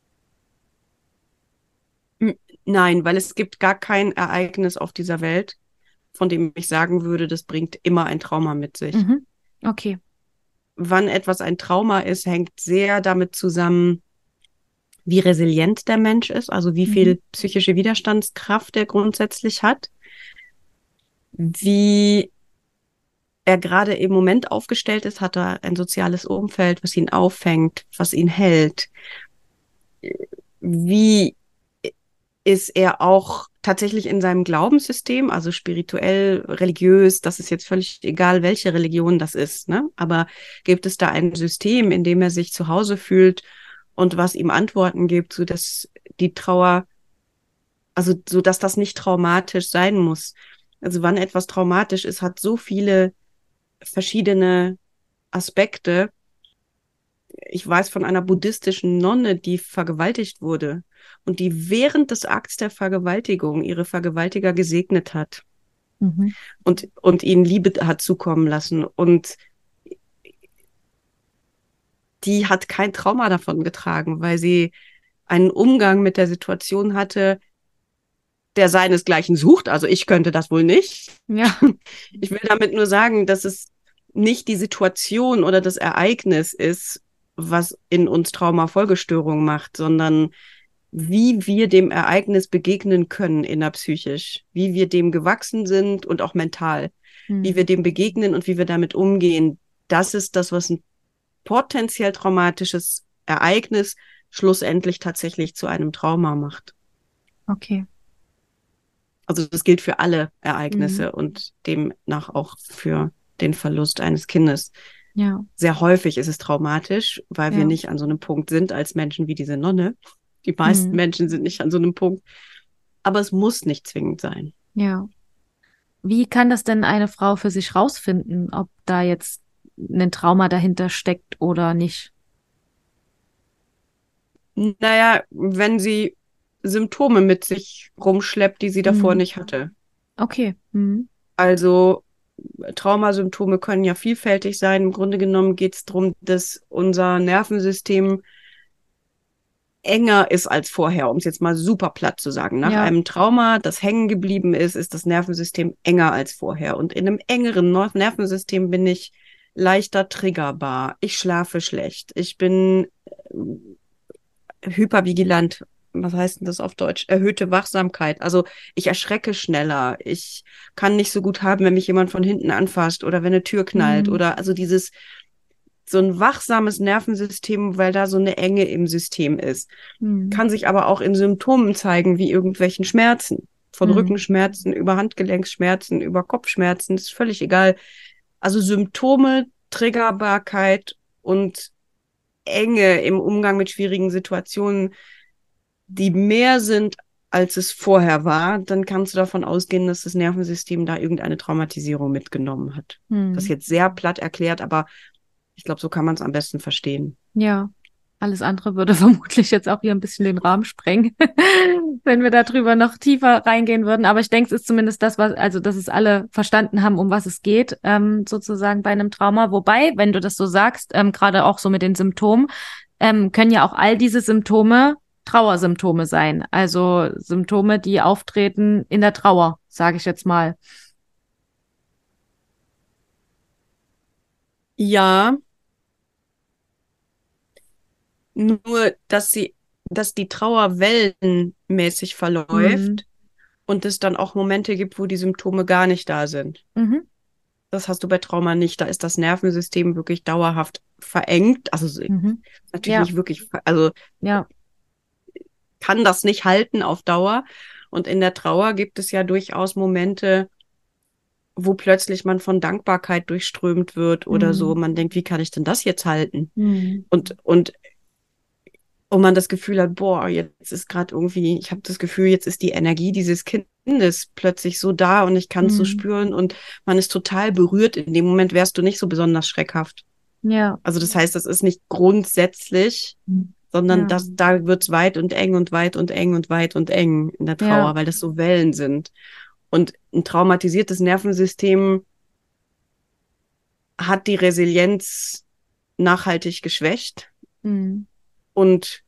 Nein, weil es gibt gar kein Ereignis auf dieser Welt, von dem ich sagen würde, das bringt immer ein Trauma mit sich. Mhm. Okay. Wann etwas ein Trauma ist, hängt sehr damit zusammen, wie resilient der Mensch ist, also wie Mhm. viel psychische Widerstandskraft er grundsätzlich hat, wie er gerade im Moment aufgestellt ist, hat er ein soziales Umfeld, was ihn auffängt, was ihn hält, wie ist er auch tatsächlich in seinem Glaubenssystem, also spirituell, religiös, das ist jetzt völlig egal, welche Religion das ist, ne? Aber gibt es da ein System, in dem er sich zu Hause fühlt und was ihm Antworten gibt, so dass die Trauer, also so dass das nicht traumatisch sein muss. Also wann etwas traumatisch ist, hat so viele verschiedene Aspekte. Ich weiß von einer buddhistischen Nonne, die vergewaltigt wurde und die während des Akts der Vergewaltigung ihre Vergewaltiger gesegnet hat Mhm. und, und ihnen Liebe hat zukommen lassen. Und die hat kein Trauma davon getragen, weil sie einen Umgang mit der Situation hatte, der seinesgleichen sucht. Also ich könnte das wohl nicht. Ja. Ich will damit nur sagen, dass es nicht die Situation oder das Ereignis ist, was in uns Traumafolgestörung macht, sondern wie wir dem Ereignis begegnen können innerpsychisch, wie wir dem gewachsen sind und auch mental, wie wir Mhm. dem begegnen und wie wir damit umgehen. Das ist das, was ein potenziell traumatisches Ereignis schlussendlich tatsächlich zu einem Trauma macht. Okay. Also das gilt für alle Mhm. Ereignisse und demnach auch für den Verlust eines Kindes. Ja. Sehr häufig ist es traumatisch, weil wir Ja. nicht an so einem Punkt sind als Menschen wie diese Nonne. Die meisten Mhm. Menschen sind nicht an so einem Punkt. Aber es muss nicht zwingend sein. Ja. Wie kann das denn eine Frau für sich rausfinden, ob da jetzt ein Trauma dahinter steckt oder nicht? Naja, wenn sie Symptome mit sich rumschleppt, die sie davor Mhm. nicht hatte. Okay. Mhm. Also Traumasymptome können ja vielfältig sein. Im Grunde genommen geht es darum, dass unser Nervensystem enger ist als vorher, um es jetzt mal super platt zu sagen. Nach Ja. einem Trauma, das hängen geblieben ist, ist das Nervensystem enger als vorher. Und in einem engeren Nervensystem bin ich leichter triggerbar. Ich schlafe schlecht. Ich bin hypervigilant. Was heißt denn das auf Deutsch? Erhöhte Wachsamkeit. Also ich erschrecke schneller. Ich kann nicht so gut haben, wenn mich jemand von hinten anfasst oder wenn eine Tür knallt Mhm. oder also dieses so ein wachsames Nervensystem, weil da so eine Enge im System ist. Mhm. Kann sich aber auch in Symptomen zeigen, wie irgendwelchen Schmerzen. Von Mhm. Rückenschmerzen über Handgelenksschmerzen, über Kopfschmerzen, ist völlig egal. Also Symptome, Triggerbarkeit und Enge im Umgang mit schwierigen Situationen, die mehr sind, als es vorher war, dann kannst du davon ausgehen, dass das Nervensystem da irgendeine Traumatisierung mitgenommen hat. Das ist Mhm. jetzt sehr platt erklärt, aber ich glaube, so kann man es am besten verstehen. Ja. Alles andere würde vermutlich jetzt auch hier ein bisschen den Rahmen sprengen, wenn wir darüber noch tiefer reingehen würden. Aber ich denke, es ist zumindest das, was, also, dass es alle verstanden haben, um was es geht, ähm, sozusagen bei einem Trauma. Wobei, wenn du das so sagst, ähm, gerade auch so mit den Symptomen, ähm, können ja auch all diese Symptome Trauersymptome sein. Also Symptome, die auftreten in der Trauer, sage ich jetzt mal. Ja, nur, dass sie, dass die Trauer wellenmäßig Mhm. verläuft und es dann auch Momente gibt, wo die Symptome gar nicht da sind. Mhm. Das hast du bei Trauma nicht. Da ist das Nervensystem wirklich dauerhaft verengt. Also Mhm. natürlich Ja, nicht wirklich, also ja. kann das nicht halten auf Dauer. Und in der Trauer gibt es ja durchaus Momente, wo plötzlich man von Dankbarkeit durchströmt wird oder so. Mhm. Man denkt, wie kann ich denn das jetzt halten? Mhm. Und, und, und man das Gefühl hat, boah, jetzt ist gerade irgendwie, ich habe das Gefühl, jetzt ist die Energie dieses Kindes plötzlich so da und ich kann es so Mhm. spüren und man ist total berührt. In dem Moment wärst du nicht so besonders schreckhaft. Ja. Also das heißt, das ist nicht grundsätzlich, sondern Ja. das, da wird's weit und eng und weit und eng und weit und eng in der Ja. Trauer, weil das so Wellen sind. Und ein traumatisiertes Nervensystem hat die Resilienz nachhaltig geschwächt Mhm. und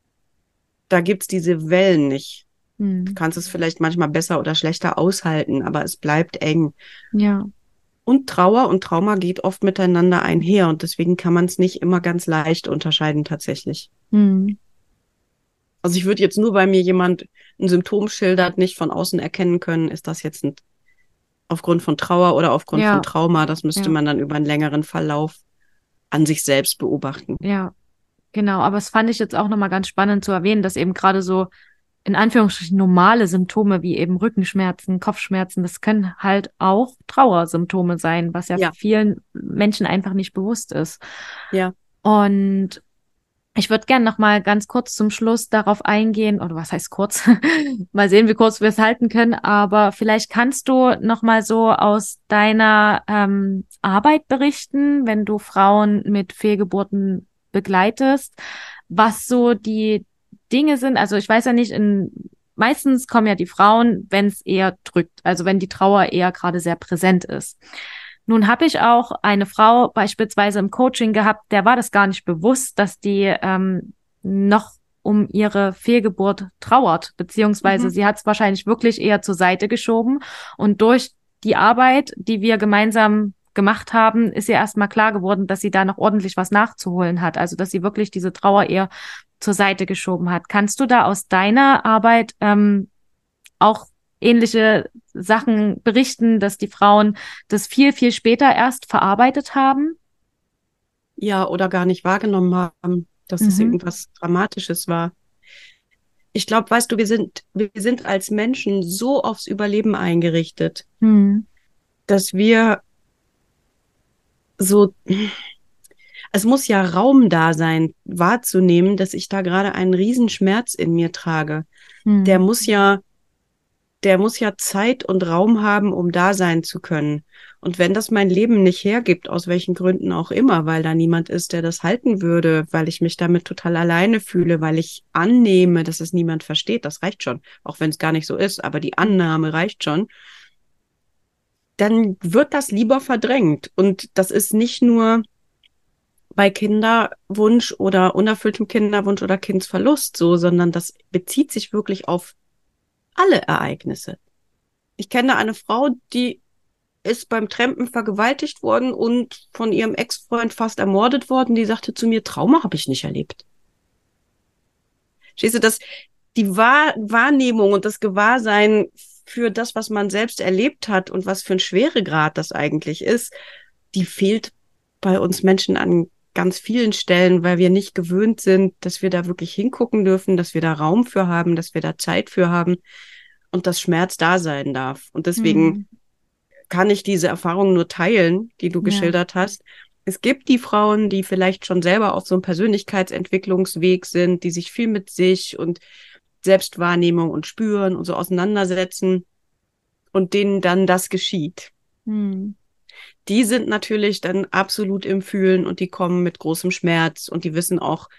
da gibt's diese Wellen nicht. Du Mhm. kannst es vielleicht manchmal besser oder schlechter aushalten, aber es bleibt eng. Ja. Und Trauer und Trauma geht oft miteinander einher und deswegen kann man es nicht immer ganz leicht unterscheiden tatsächlich. Mhm. Also ich würde jetzt nur, weil mir jemand ein Symptom schildert, nicht von außen erkennen können, ist das jetzt ein, aufgrund von Trauer oder aufgrund von Ja. Trauma. Das müsste Ja. man dann über einen längeren Verlauf an sich selbst beobachten. Ja. Genau. Aber es fand ich jetzt auch nochmal ganz spannend zu erwähnen, dass eben gerade so in Anführungsstrichen normale Symptome wie eben Rückenschmerzen, Kopfschmerzen, das können halt auch Trauersymptome sein, was ja Ja, vielen Menschen einfach nicht bewusst ist. ja, Und ich würde gerne noch mal ganz kurz zum Schluss darauf eingehen, oder was heißt kurz? Mal sehen, wie kurz wir es halten können. Aber vielleicht kannst du noch mal so aus deiner ähm, Arbeit berichten, wenn du Frauen mit Fehlgeburten begleitest, was so die Dinge sind. Also ich weiß ja nicht, in meistens kommen ja die Frauen, wenn es eher drückt, also wenn die Trauer eher gerade sehr präsent ist. Nun habe ich auch eine Frau beispielsweise im Coaching gehabt, der war das gar nicht bewusst, dass die ähm, noch um ihre Fehlgeburt trauert, beziehungsweise mhm. sie hat es wahrscheinlich wirklich eher zur Seite geschoben. Und durch die Arbeit, die wir gemeinsam gemacht haben, ist ihr erstmal klar geworden, dass sie da noch ordentlich was nachzuholen hat. Also dass sie wirklich diese Trauer eher zur Seite geschoben hat. Kannst du da aus deiner Arbeit ähm, auch ähnliche Sachen berichten, dass die Frauen das viel, viel später erst verarbeitet haben? Ja, oder gar nicht wahrgenommen haben, dass es Mhm. irgendwas Dramatisches war. Ich glaube, weißt du, wir sind, wir sind als Menschen so aufs Überleben eingerichtet, Mhm. dass wir so, es muss ja Raum da sein, wahrzunehmen, dass ich da gerade einen Riesenschmerz in mir trage. Der Mhm. muss ja, der muss ja Zeit und Raum haben, um da sein zu können. Und wenn das mein Leben nicht hergibt, aus welchen Gründen auch immer, weil da niemand ist, der das halten würde, weil ich mich damit total alleine fühle, weil ich annehme, dass es niemand versteht, das reicht schon, auch wenn es gar nicht so ist, aber die Annahme reicht schon, dann wird das lieber verdrängt. Und das ist nicht nur bei Kinderwunsch oder unerfülltem Kinderwunsch oder Kindsverlust so, sondern das bezieht sich wirklich auf alle Ereignisse. Ich kenne eine Frau, die ist beim Trampen vergewaltigt worden und von ihrem Ex-Freund fast ermordet worden. Die sagte zu mir, Trauma habe ich nicht erlebt. Stehst du, dass die Wahr Wahrnehmung und das Gewahrsein für das, was man selbst erlebt hat und was für ein Schweregrad das eigentlich ist, die fehlt bei uns Menschen an ganz vielen Stellen, weil wir nicht gewöhnt sind, dass wir da wirklich hingucken dürfen, dass wir da Raum für haben, dass wir da Zeit für haben und dass Schmerz da sein darf. Und deswegen Mhm. kann ich diese Erfahrung nur teilen, die du Ja. geschildert hast. Es gibt die Frauen, die vielleicht schon selber auf so einem Persönlichkeitsentwicklungsweg sind, die sich viel mit sich und Selbstwahrnehmung und Spüren und so auseinandersetzen und denen dann das geschieht. Mhm. Die sind natürlich dann absolut im Fühlen und die kommen mit großem Schmerz und die wissen auch,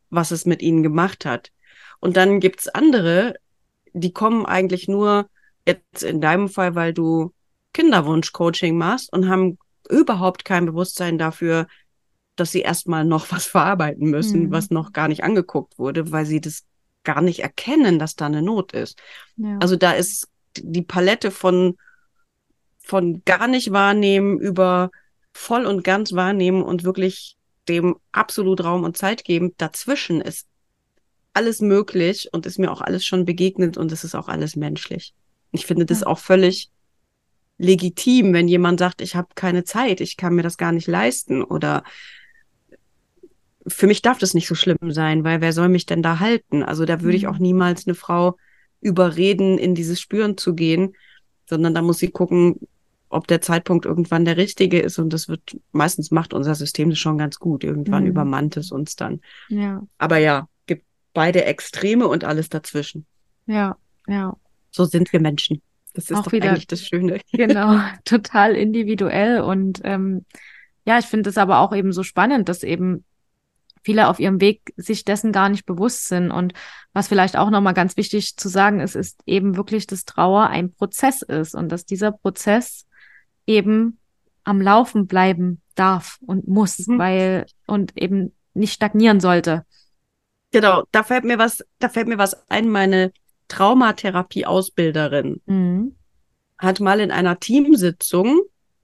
was es mit ihnen gemacht hat. Und dann gibt's andere, die kommen eigentlich nur jetzt in deinem Fall, weil du Kinderwunsch-Coaching machst und haben überhaupt kein Bewusstsein dafür, dass sie erstmal noch was verarbeiten müssen, mhm. was noch gar nicht angeguckt wurde, weil sie das gar nicht erkennen, dass da eine Not ist. Ja. Also da ist die Palette von, von gar nicht wahrnehmen über voll und ganz wahrnehmen und wirklich dem absolut Raum und Zeit geben. Dazwischen ist alles möglich und ist mir auch alles schon begegnet und es ist auch alles menschlich. Ich finde das ja. auch völlig legitim, wenn jemand sagt, ich habe keine Zeit, ich kann mir das gar nicht leisten oder für mich darf das nicht so schlimm sein, weil wer soll mich denn da halten? Also da würde mhm. ich auch niemals eine Frau überreden, in dieses Spüren zu gehen, sondern da muss sie gucken, ob der Zeitpunkt irgendwann der richtige ist und das wird, meistens macht unser System das schon ganz gut. Irgendwann mhm. übermannt es uns dann. Ja. Aber ja, gibt beide Extreme und alles dazwischen. Ja, ja. So sind wir Menschen. Das ist auch doch wieder, eigentlich das Schöne. Genau, total individuell und ähm, ja, ich finde es aber auch eben so spannend, dass eben viele auf ihrem Weg sich dessen gar nicht bewusst sind und was vielleicht auch nochmal ganz wichtig zu sagen ist, ist eben wirklich, dass Trauer ein Prozess ist und dass dieser Prozess eben am Laufen bleiben darf und muss, mhm. weil und eben nicht stagnieren sollte. Genau, da fällt mir was, da fällt mir was ein, meine Traumatherapie-Ausbilderin mhm. hat mal in einer Teamsitzung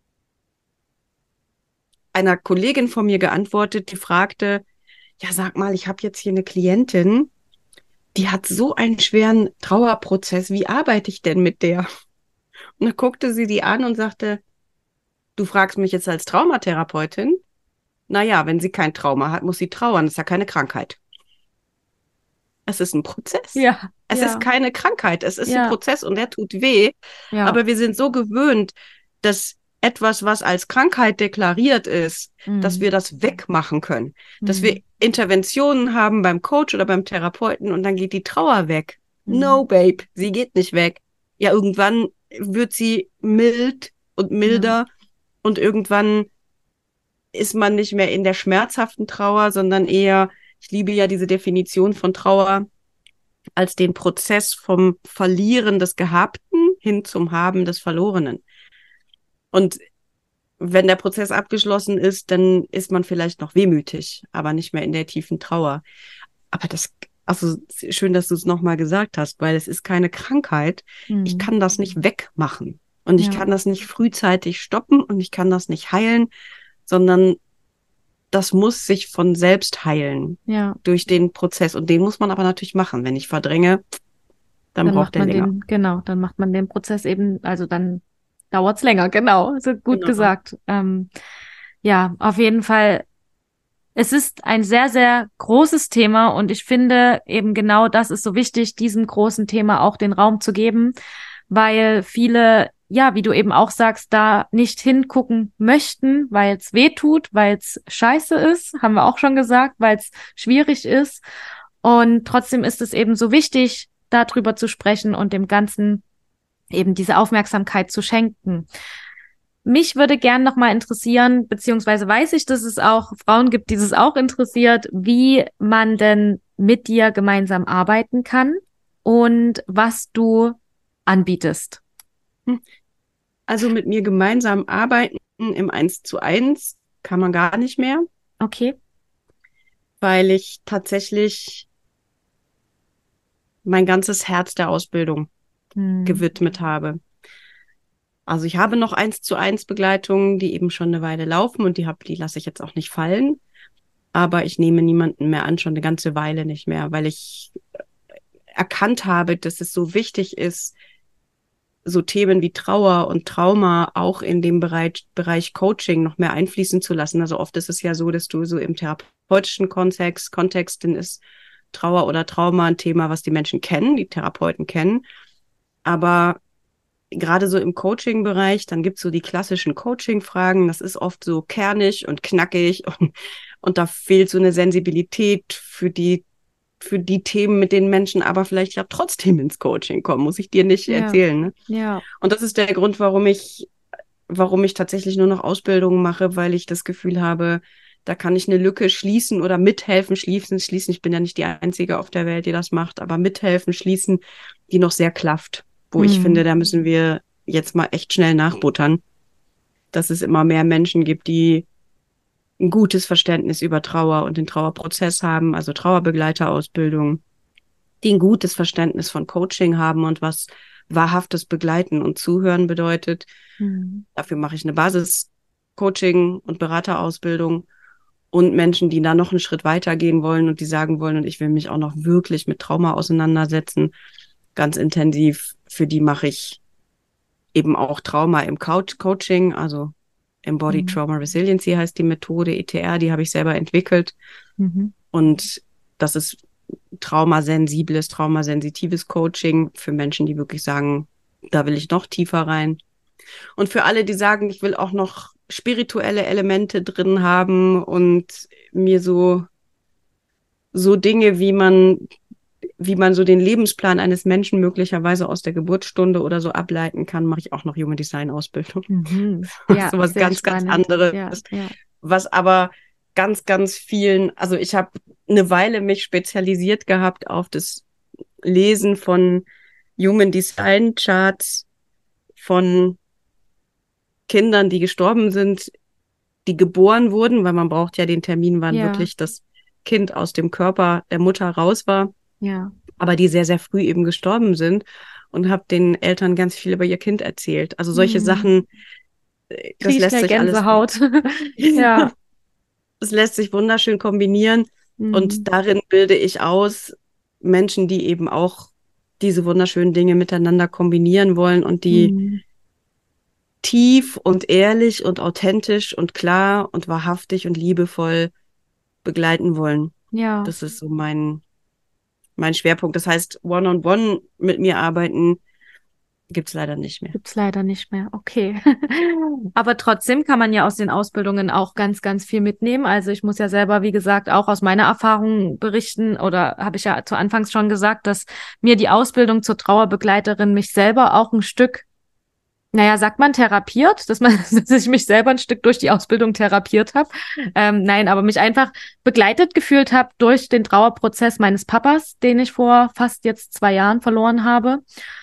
einer Kollegin von mir geantwortet, die fragte, ja, sag mal, ich habe jetzt hier eine Klientin, die hat so einen schweren Trauerprozess, wie arbeite ich denn mit der? Und dann guckte sie die an und sagte, du fragst mich jetzt als Traumatherapeutin? Naja, wenn sie kein Trauma hat, muss sie trauern, das ist ja keine Krankheit. Es ist ein Prozess. Ja, es ja. ist keine Krankheit. Es ist ja. ein Prozess und der tut weh. Ja. Aber wir sind so gewöhnt, dass etwas, was als Krankheit deklariert ist, mhm. dass wir das wegmachen können. Mhm. Dass wir Interventionen haben beim Coach oder beim Therapeuten und dann geht die Trauer weg. Mhm. No, Babe, sie geht nicht weg. Ja, irgendwann wird sie mild und milder ja. und irgendwann ist man nicht mehr in der schmerzhaften Trauer, sondern eher, ich liebe ja diese Definition von Trauer als den Prozess vom Verlieren des Gehabten hin zum Haben des Verlorenen. Und wenn der Prozess abgeschlossen ist, dann ist man vielleicht noch wehmütig, aber nicht mehr in der tiefen Trauer. Aber das, also schön, dass du es nochmal gesagt hast, weil es ist keine Krankheit. Mhm. Ich kann das nicht wegmachen und ich ja. kann das nicht frühzeitig stoppen und ich kann das nicht heilen, sondern das muss sich von selbst heilen ja. durch den Prozess. Und den muss man aber natürlich machen. Wenn ich verdränge, dann, dann braucht der länger. Den, genau, dann macht man den Prozess eben, also dann dauert's länger, genau, so gut genau. gesagt. Ähm, ja, auf jeden Fall. Es ist ein sehr, sehr großes Thema und ich finde eben genau das ist so wichtig, diesem großen Thema auch den Raum zu geben, weil viele, ja, wie du eben auch sagst, da nicht hingucken möchten, weil es weh tut, weil es scheiße ist, haben wir auch schon gesagt, weil es schwierig ist. Und trotzdem ist es eben so wichtig, darüber zu sprechen und dem Ganzen eben diese Aufmerksamkeit zu schenken. Mich würde gern nochmal interessieren, beziehungsweise weiß ich, dass es auch Frauen gibt, die es auch interessiert, wie man denn mit dir gemeinsam arbeiten kann und was du anbietest. Also mit mir gemeinsam arbeiten im Eins zu eins kann man gar nicht mehr. Okay. Weil ich tatsächlich mein ganzes Herz der Ausbildung hm. gewidmet habe. Also ich habe noch eins zu eins Begleitungen, die eben schon eine Weile laufen und die hab, die lasse ich jetzt auch nicht fallen. Aber ich nehme niemanden mehr an, schon eine ganze Weile nicht mehr, weil ich erkannt habe, dass es so wichtig ist, so Themen wie Trauer und Trauma auch in dem Bereich, Bereich Coaching noch mehr einfließen zu lassen. Also oft ist es ja so, dass du so im therapeutischen Kontext, Kontext, dann ist Trauer oder Trauma ein Thema, was die Menschen kennen, die Therapeuten kennen. Aber gerade so im Coaching-Bereich, dann gibt's so die klassischen Coaching-Fragen. Das ist oft so kernig und knackig und, und da fehlt so eine Sensibilität für die, für die Themen, mit denen Menschen aber vielleicht ja trotzdem ins Coaching kommen, muss ich dir nicht ja. erzählen. Ne? Ja. Und das ist der Grund, warum ich, warum ich tatsächlich nur noch Ausbildungen mache, weil ich das Gefühl habe, Da kann ich eine Lücke schließen oder mithelfen, schließen, schließen. Ich bin ja nicht die Einzige auf der Welt, die das macht, aber mithelfen, schließen, die noch sehr klafft. Wo mhm. ich finde, da müssen wir jetzt mal echt schnell nachbuttern, dass es immer mehr Menschen gibt, die ein gutes Verständnis über Trauer und den Trauerprozess haben, also Trauerbegleiterausbildung, die ein gutes Verständnis von Coaching haben und was wahrhaftes Begleiten und Zuhören bedeutet. Mhm. Dafür mache ich eine Basis-Coaching- und Beraterausbildung und Menschen, die da noch einen Schritt weiter gehen wollen und die sagen wollen, und ich will mich auch noch wirklich mit Trauma auseinandersetzen, ganz intensiv. Für die mache ich eben auch Trauma im Couch Coaching, also Embodied mhm. Trauma Resiliency heißt die Methode, E T R, die habe ich selber entwickelt. Mhm. Und das ist traumasensibles, traumasensitives Coaching für Menschen, die wirklich sagen, da will ich noch tiefer rein. Und für alle, die sagen, ich will auch noch spirituelle Elemente drin haben und mir so, so Dinge, wie man, wie man so den Lebensplan eines Menschen möglicherweise aus der Geburtsstunde oder so ableiten kann, mache ich auch noch Human Design Ausbildung. Mhm. Ja, so was ganz, spannend. ganz anderes, ja, ja. was aber ganz, ganz vielen, also ich habe eine Weile mich spezialisiert gehabt auf das Lesen von Human Design Charts von Kindern, die gestorben sind, die geboren wurden, weil man braucht ja den Termin, wann ja. wirklich das Kind aus dem Körper der Mutter raus war. Ja. Aber die sehr, sehr früh eben gestorben sind und habe den Eltern ganz viel über ihr Kind erzählt. Also solche hm. Sachen, das Krieg lässt sich Gänsehaut. alles. ja. Das lässt sich wunderschön kombinieren. Mhm. Und darin bilde ich aus Menschen, die eben auch diese wunderschönen Dinge miteinander kombinieren wollen und die mhm. tief und ehrlich und authentisch und klar und wahrhaftig und liebevoll begleiten wollen. Ja. Das ist so mein, mein Schwerpunkt. Das heißt, one-on-one mit mir arbeiten gibt's leider nicht mehr. Gibt's leider nicht mehr, okay. Aber trotzdem kann man ja aus den Ausbildungen auch ganz, ganz viel mitnehmen. Also ich muss ja selber, wie gesagt, auch aus meiner Erfahrung berichten oder habe ich ja zu Anfangs schon gesagt, dass mir die Ausbildung zur Trauerbegleiterin mich selber auch ein Stück, naja, sagt man therapiert, dass man, dass ich mich selber ein Stück durch die Ausbildung therapiert habe. Ähm, nein, aber mich einfach begleitet gefühlt habe durch den Trauerprozess meines Papas, den ich vor fast jetzt zwei Jahren verloren habe.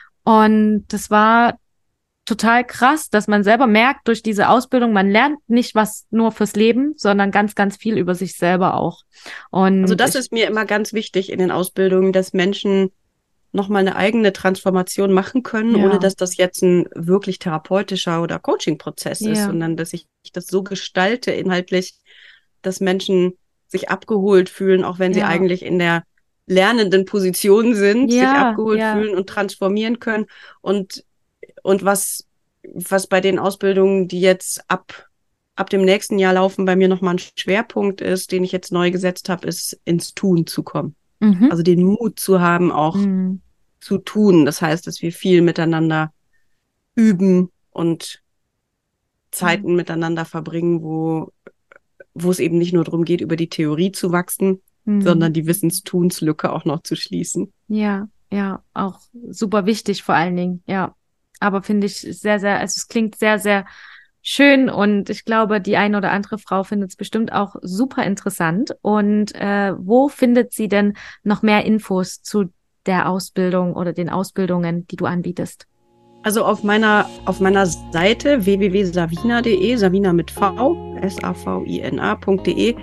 Und das war total krass, dass man selber merkt durch diese Ausbildung, man lernt nicht was nur fürs Leben, sondern ganz, ganz viel über sich selber auch. Und also das ich, ist mir immer ganz wichtig in den Ausbildungen, dass Menschen nochmal eine eigene Transformation machen können, ja. ohne dass das jetzt ein wirklich therapeutischer oder Coaching-Prozess ja. ist, sondern dass ich das so gestalte inhaltlich, dass Menschen sich abgeholt fühlen, auch wenn sie ja. eigentlich in der lernenden Position sind, ja, sich abgeholt ja. fühlen und transformieren können. Und, und was, was bei den Ausbildungen, die jetzt ab, ab dem nächsten Jahr laufen, bei mir nochmal ein Schwerpunkt ist, den ich jetzt neu gesetzt habe, ist ins Tun zu kommen. Mhm. Also den Mut zu haben, auch mhm. zu tun. Das heißt, dass wir viel miteinander üben und Zeiten mhm. miteinander verbringen, wo, wo es eben nicht nur darum geht, über die Theorie zu wachsen, Mhm. sondern die Wissenstun-Lücke auch noch zu schließen. Ja, ja, auch super wichtig vor allen Dingen, ja. Aber finde ich sehr, sehr, also es klingt sehr, sehr schön und ich glaube, die eine oder andere Frau findet es bestimmt auch super interessant. Und äh, wo findet sie denn noch mehr Infos zu der Ausbildung oder den Ausbildungen, die du anbietest? Also auf meiner auf meiner Seite w w w punkt savina punkt de, Savina mit V, S A V I N A punkt de,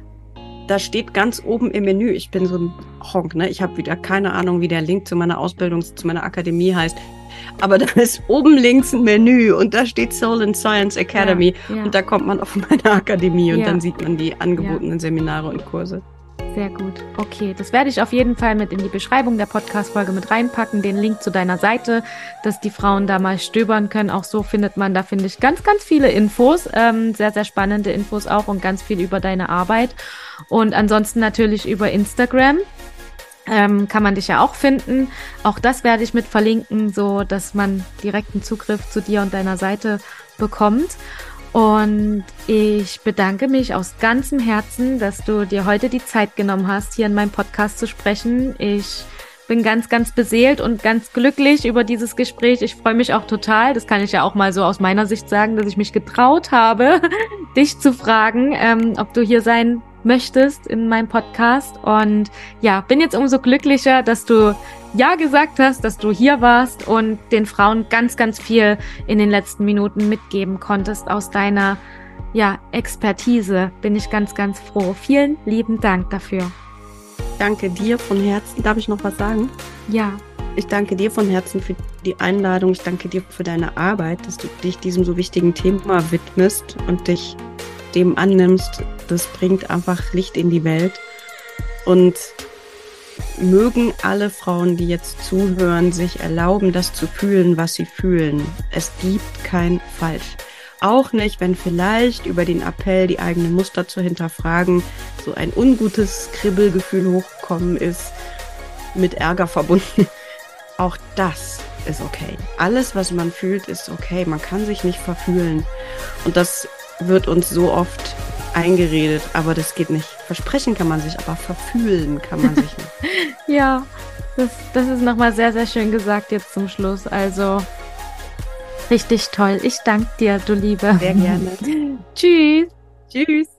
da steht ganz oben im Menü, ich bin so ein Honk, ne? Ich habe wieder keine Ahnung, wie der Link zu meiner Ausbildung, zu meiner Akademie heißt. Aber da ist oben links ein Menü und da steht Soul and Science Academy ja, ja. und da kommt man auf meine Akademie und ja. dann sieht man die angebotenen ja. Seminare und Kurse. Sehr gut. Okay, das werde ich auf jeden Fall mit in die Beschreibung der Podcast-Folge mit reinpacken, den Link zu deiner Seite, dass die Frauen da mal stöbern können. Auch so findet man da, finde ich, ganz, ganz viele Infos, ähm, sehr, sehr spannende Infos auch und ganz viel über deine Arbeit. Und ansonsten natürlich über Instagram ähm, kann man dich ja auch finden. Auch das werde ich mit verlinken, so dass man direkten Zugriff zu dir und deiner Seite bekommt. Und ich bedanke mich aus ganzem Herzen, dass du dir heute die Zeit genommen hast, hier in meinem Podcast zu sprechen. Ich bin ganz, ganz beseelt und ganz glücklich über dieses Gespräch. Ich freue mich auch total, das kann ich ja auch mal so aus meiner Sicht sagen, dass ich mich getraut habe, dich zu fragen, ähm, ob du hier sein möchtest in meinem Podcast. Und ja, bin jetzt umso glücklicher, dass du ja gesagt hast, dass du hier warst und den Frauen ganz, ganz viel in den letzten Minuten mitgeben konntest aus deiner ja, Expertise. Bin ich ganz, ganz froh. Vielen lieben Dank dafür. Danke dir von Herzen. Darf ich noch was sagen? Ja. Ich danke dir von Herzen für die Einladung. Ich danke dir für deine Arbeit, dass du dich diesem so wichtigen Thema widmest und dich dem annimmst. Das bringt einfach Licht in die Welt. Und mögen alle Frauen, die jetzt zuhören, sich erlauben, das zu fühlen, was sie fühlen. Es gibt kein Falsch. Auch nicht, wenn vielleicht über den Appell, die eigenen Muster zu hinterfragen, so ein ungutes Kribbelgefühl hochgekommen ist, mit Ärger verbunden. Auch das ist okay. Alles, was man fühlt, ist okay. Man kann sich nicht verfühlen. Und das wird uns so oft eingeredet, aber das geht nicht. Versprechen kann man sich, aber verfühlen kann man sich nicht. Ja, das, das ist nochmal sehr, sehr schön gesagt jetzt zum Schluss. Also richtig toll. Ich danke dir, du Liebe. Sehr gerne. Tschüss. Tschüss.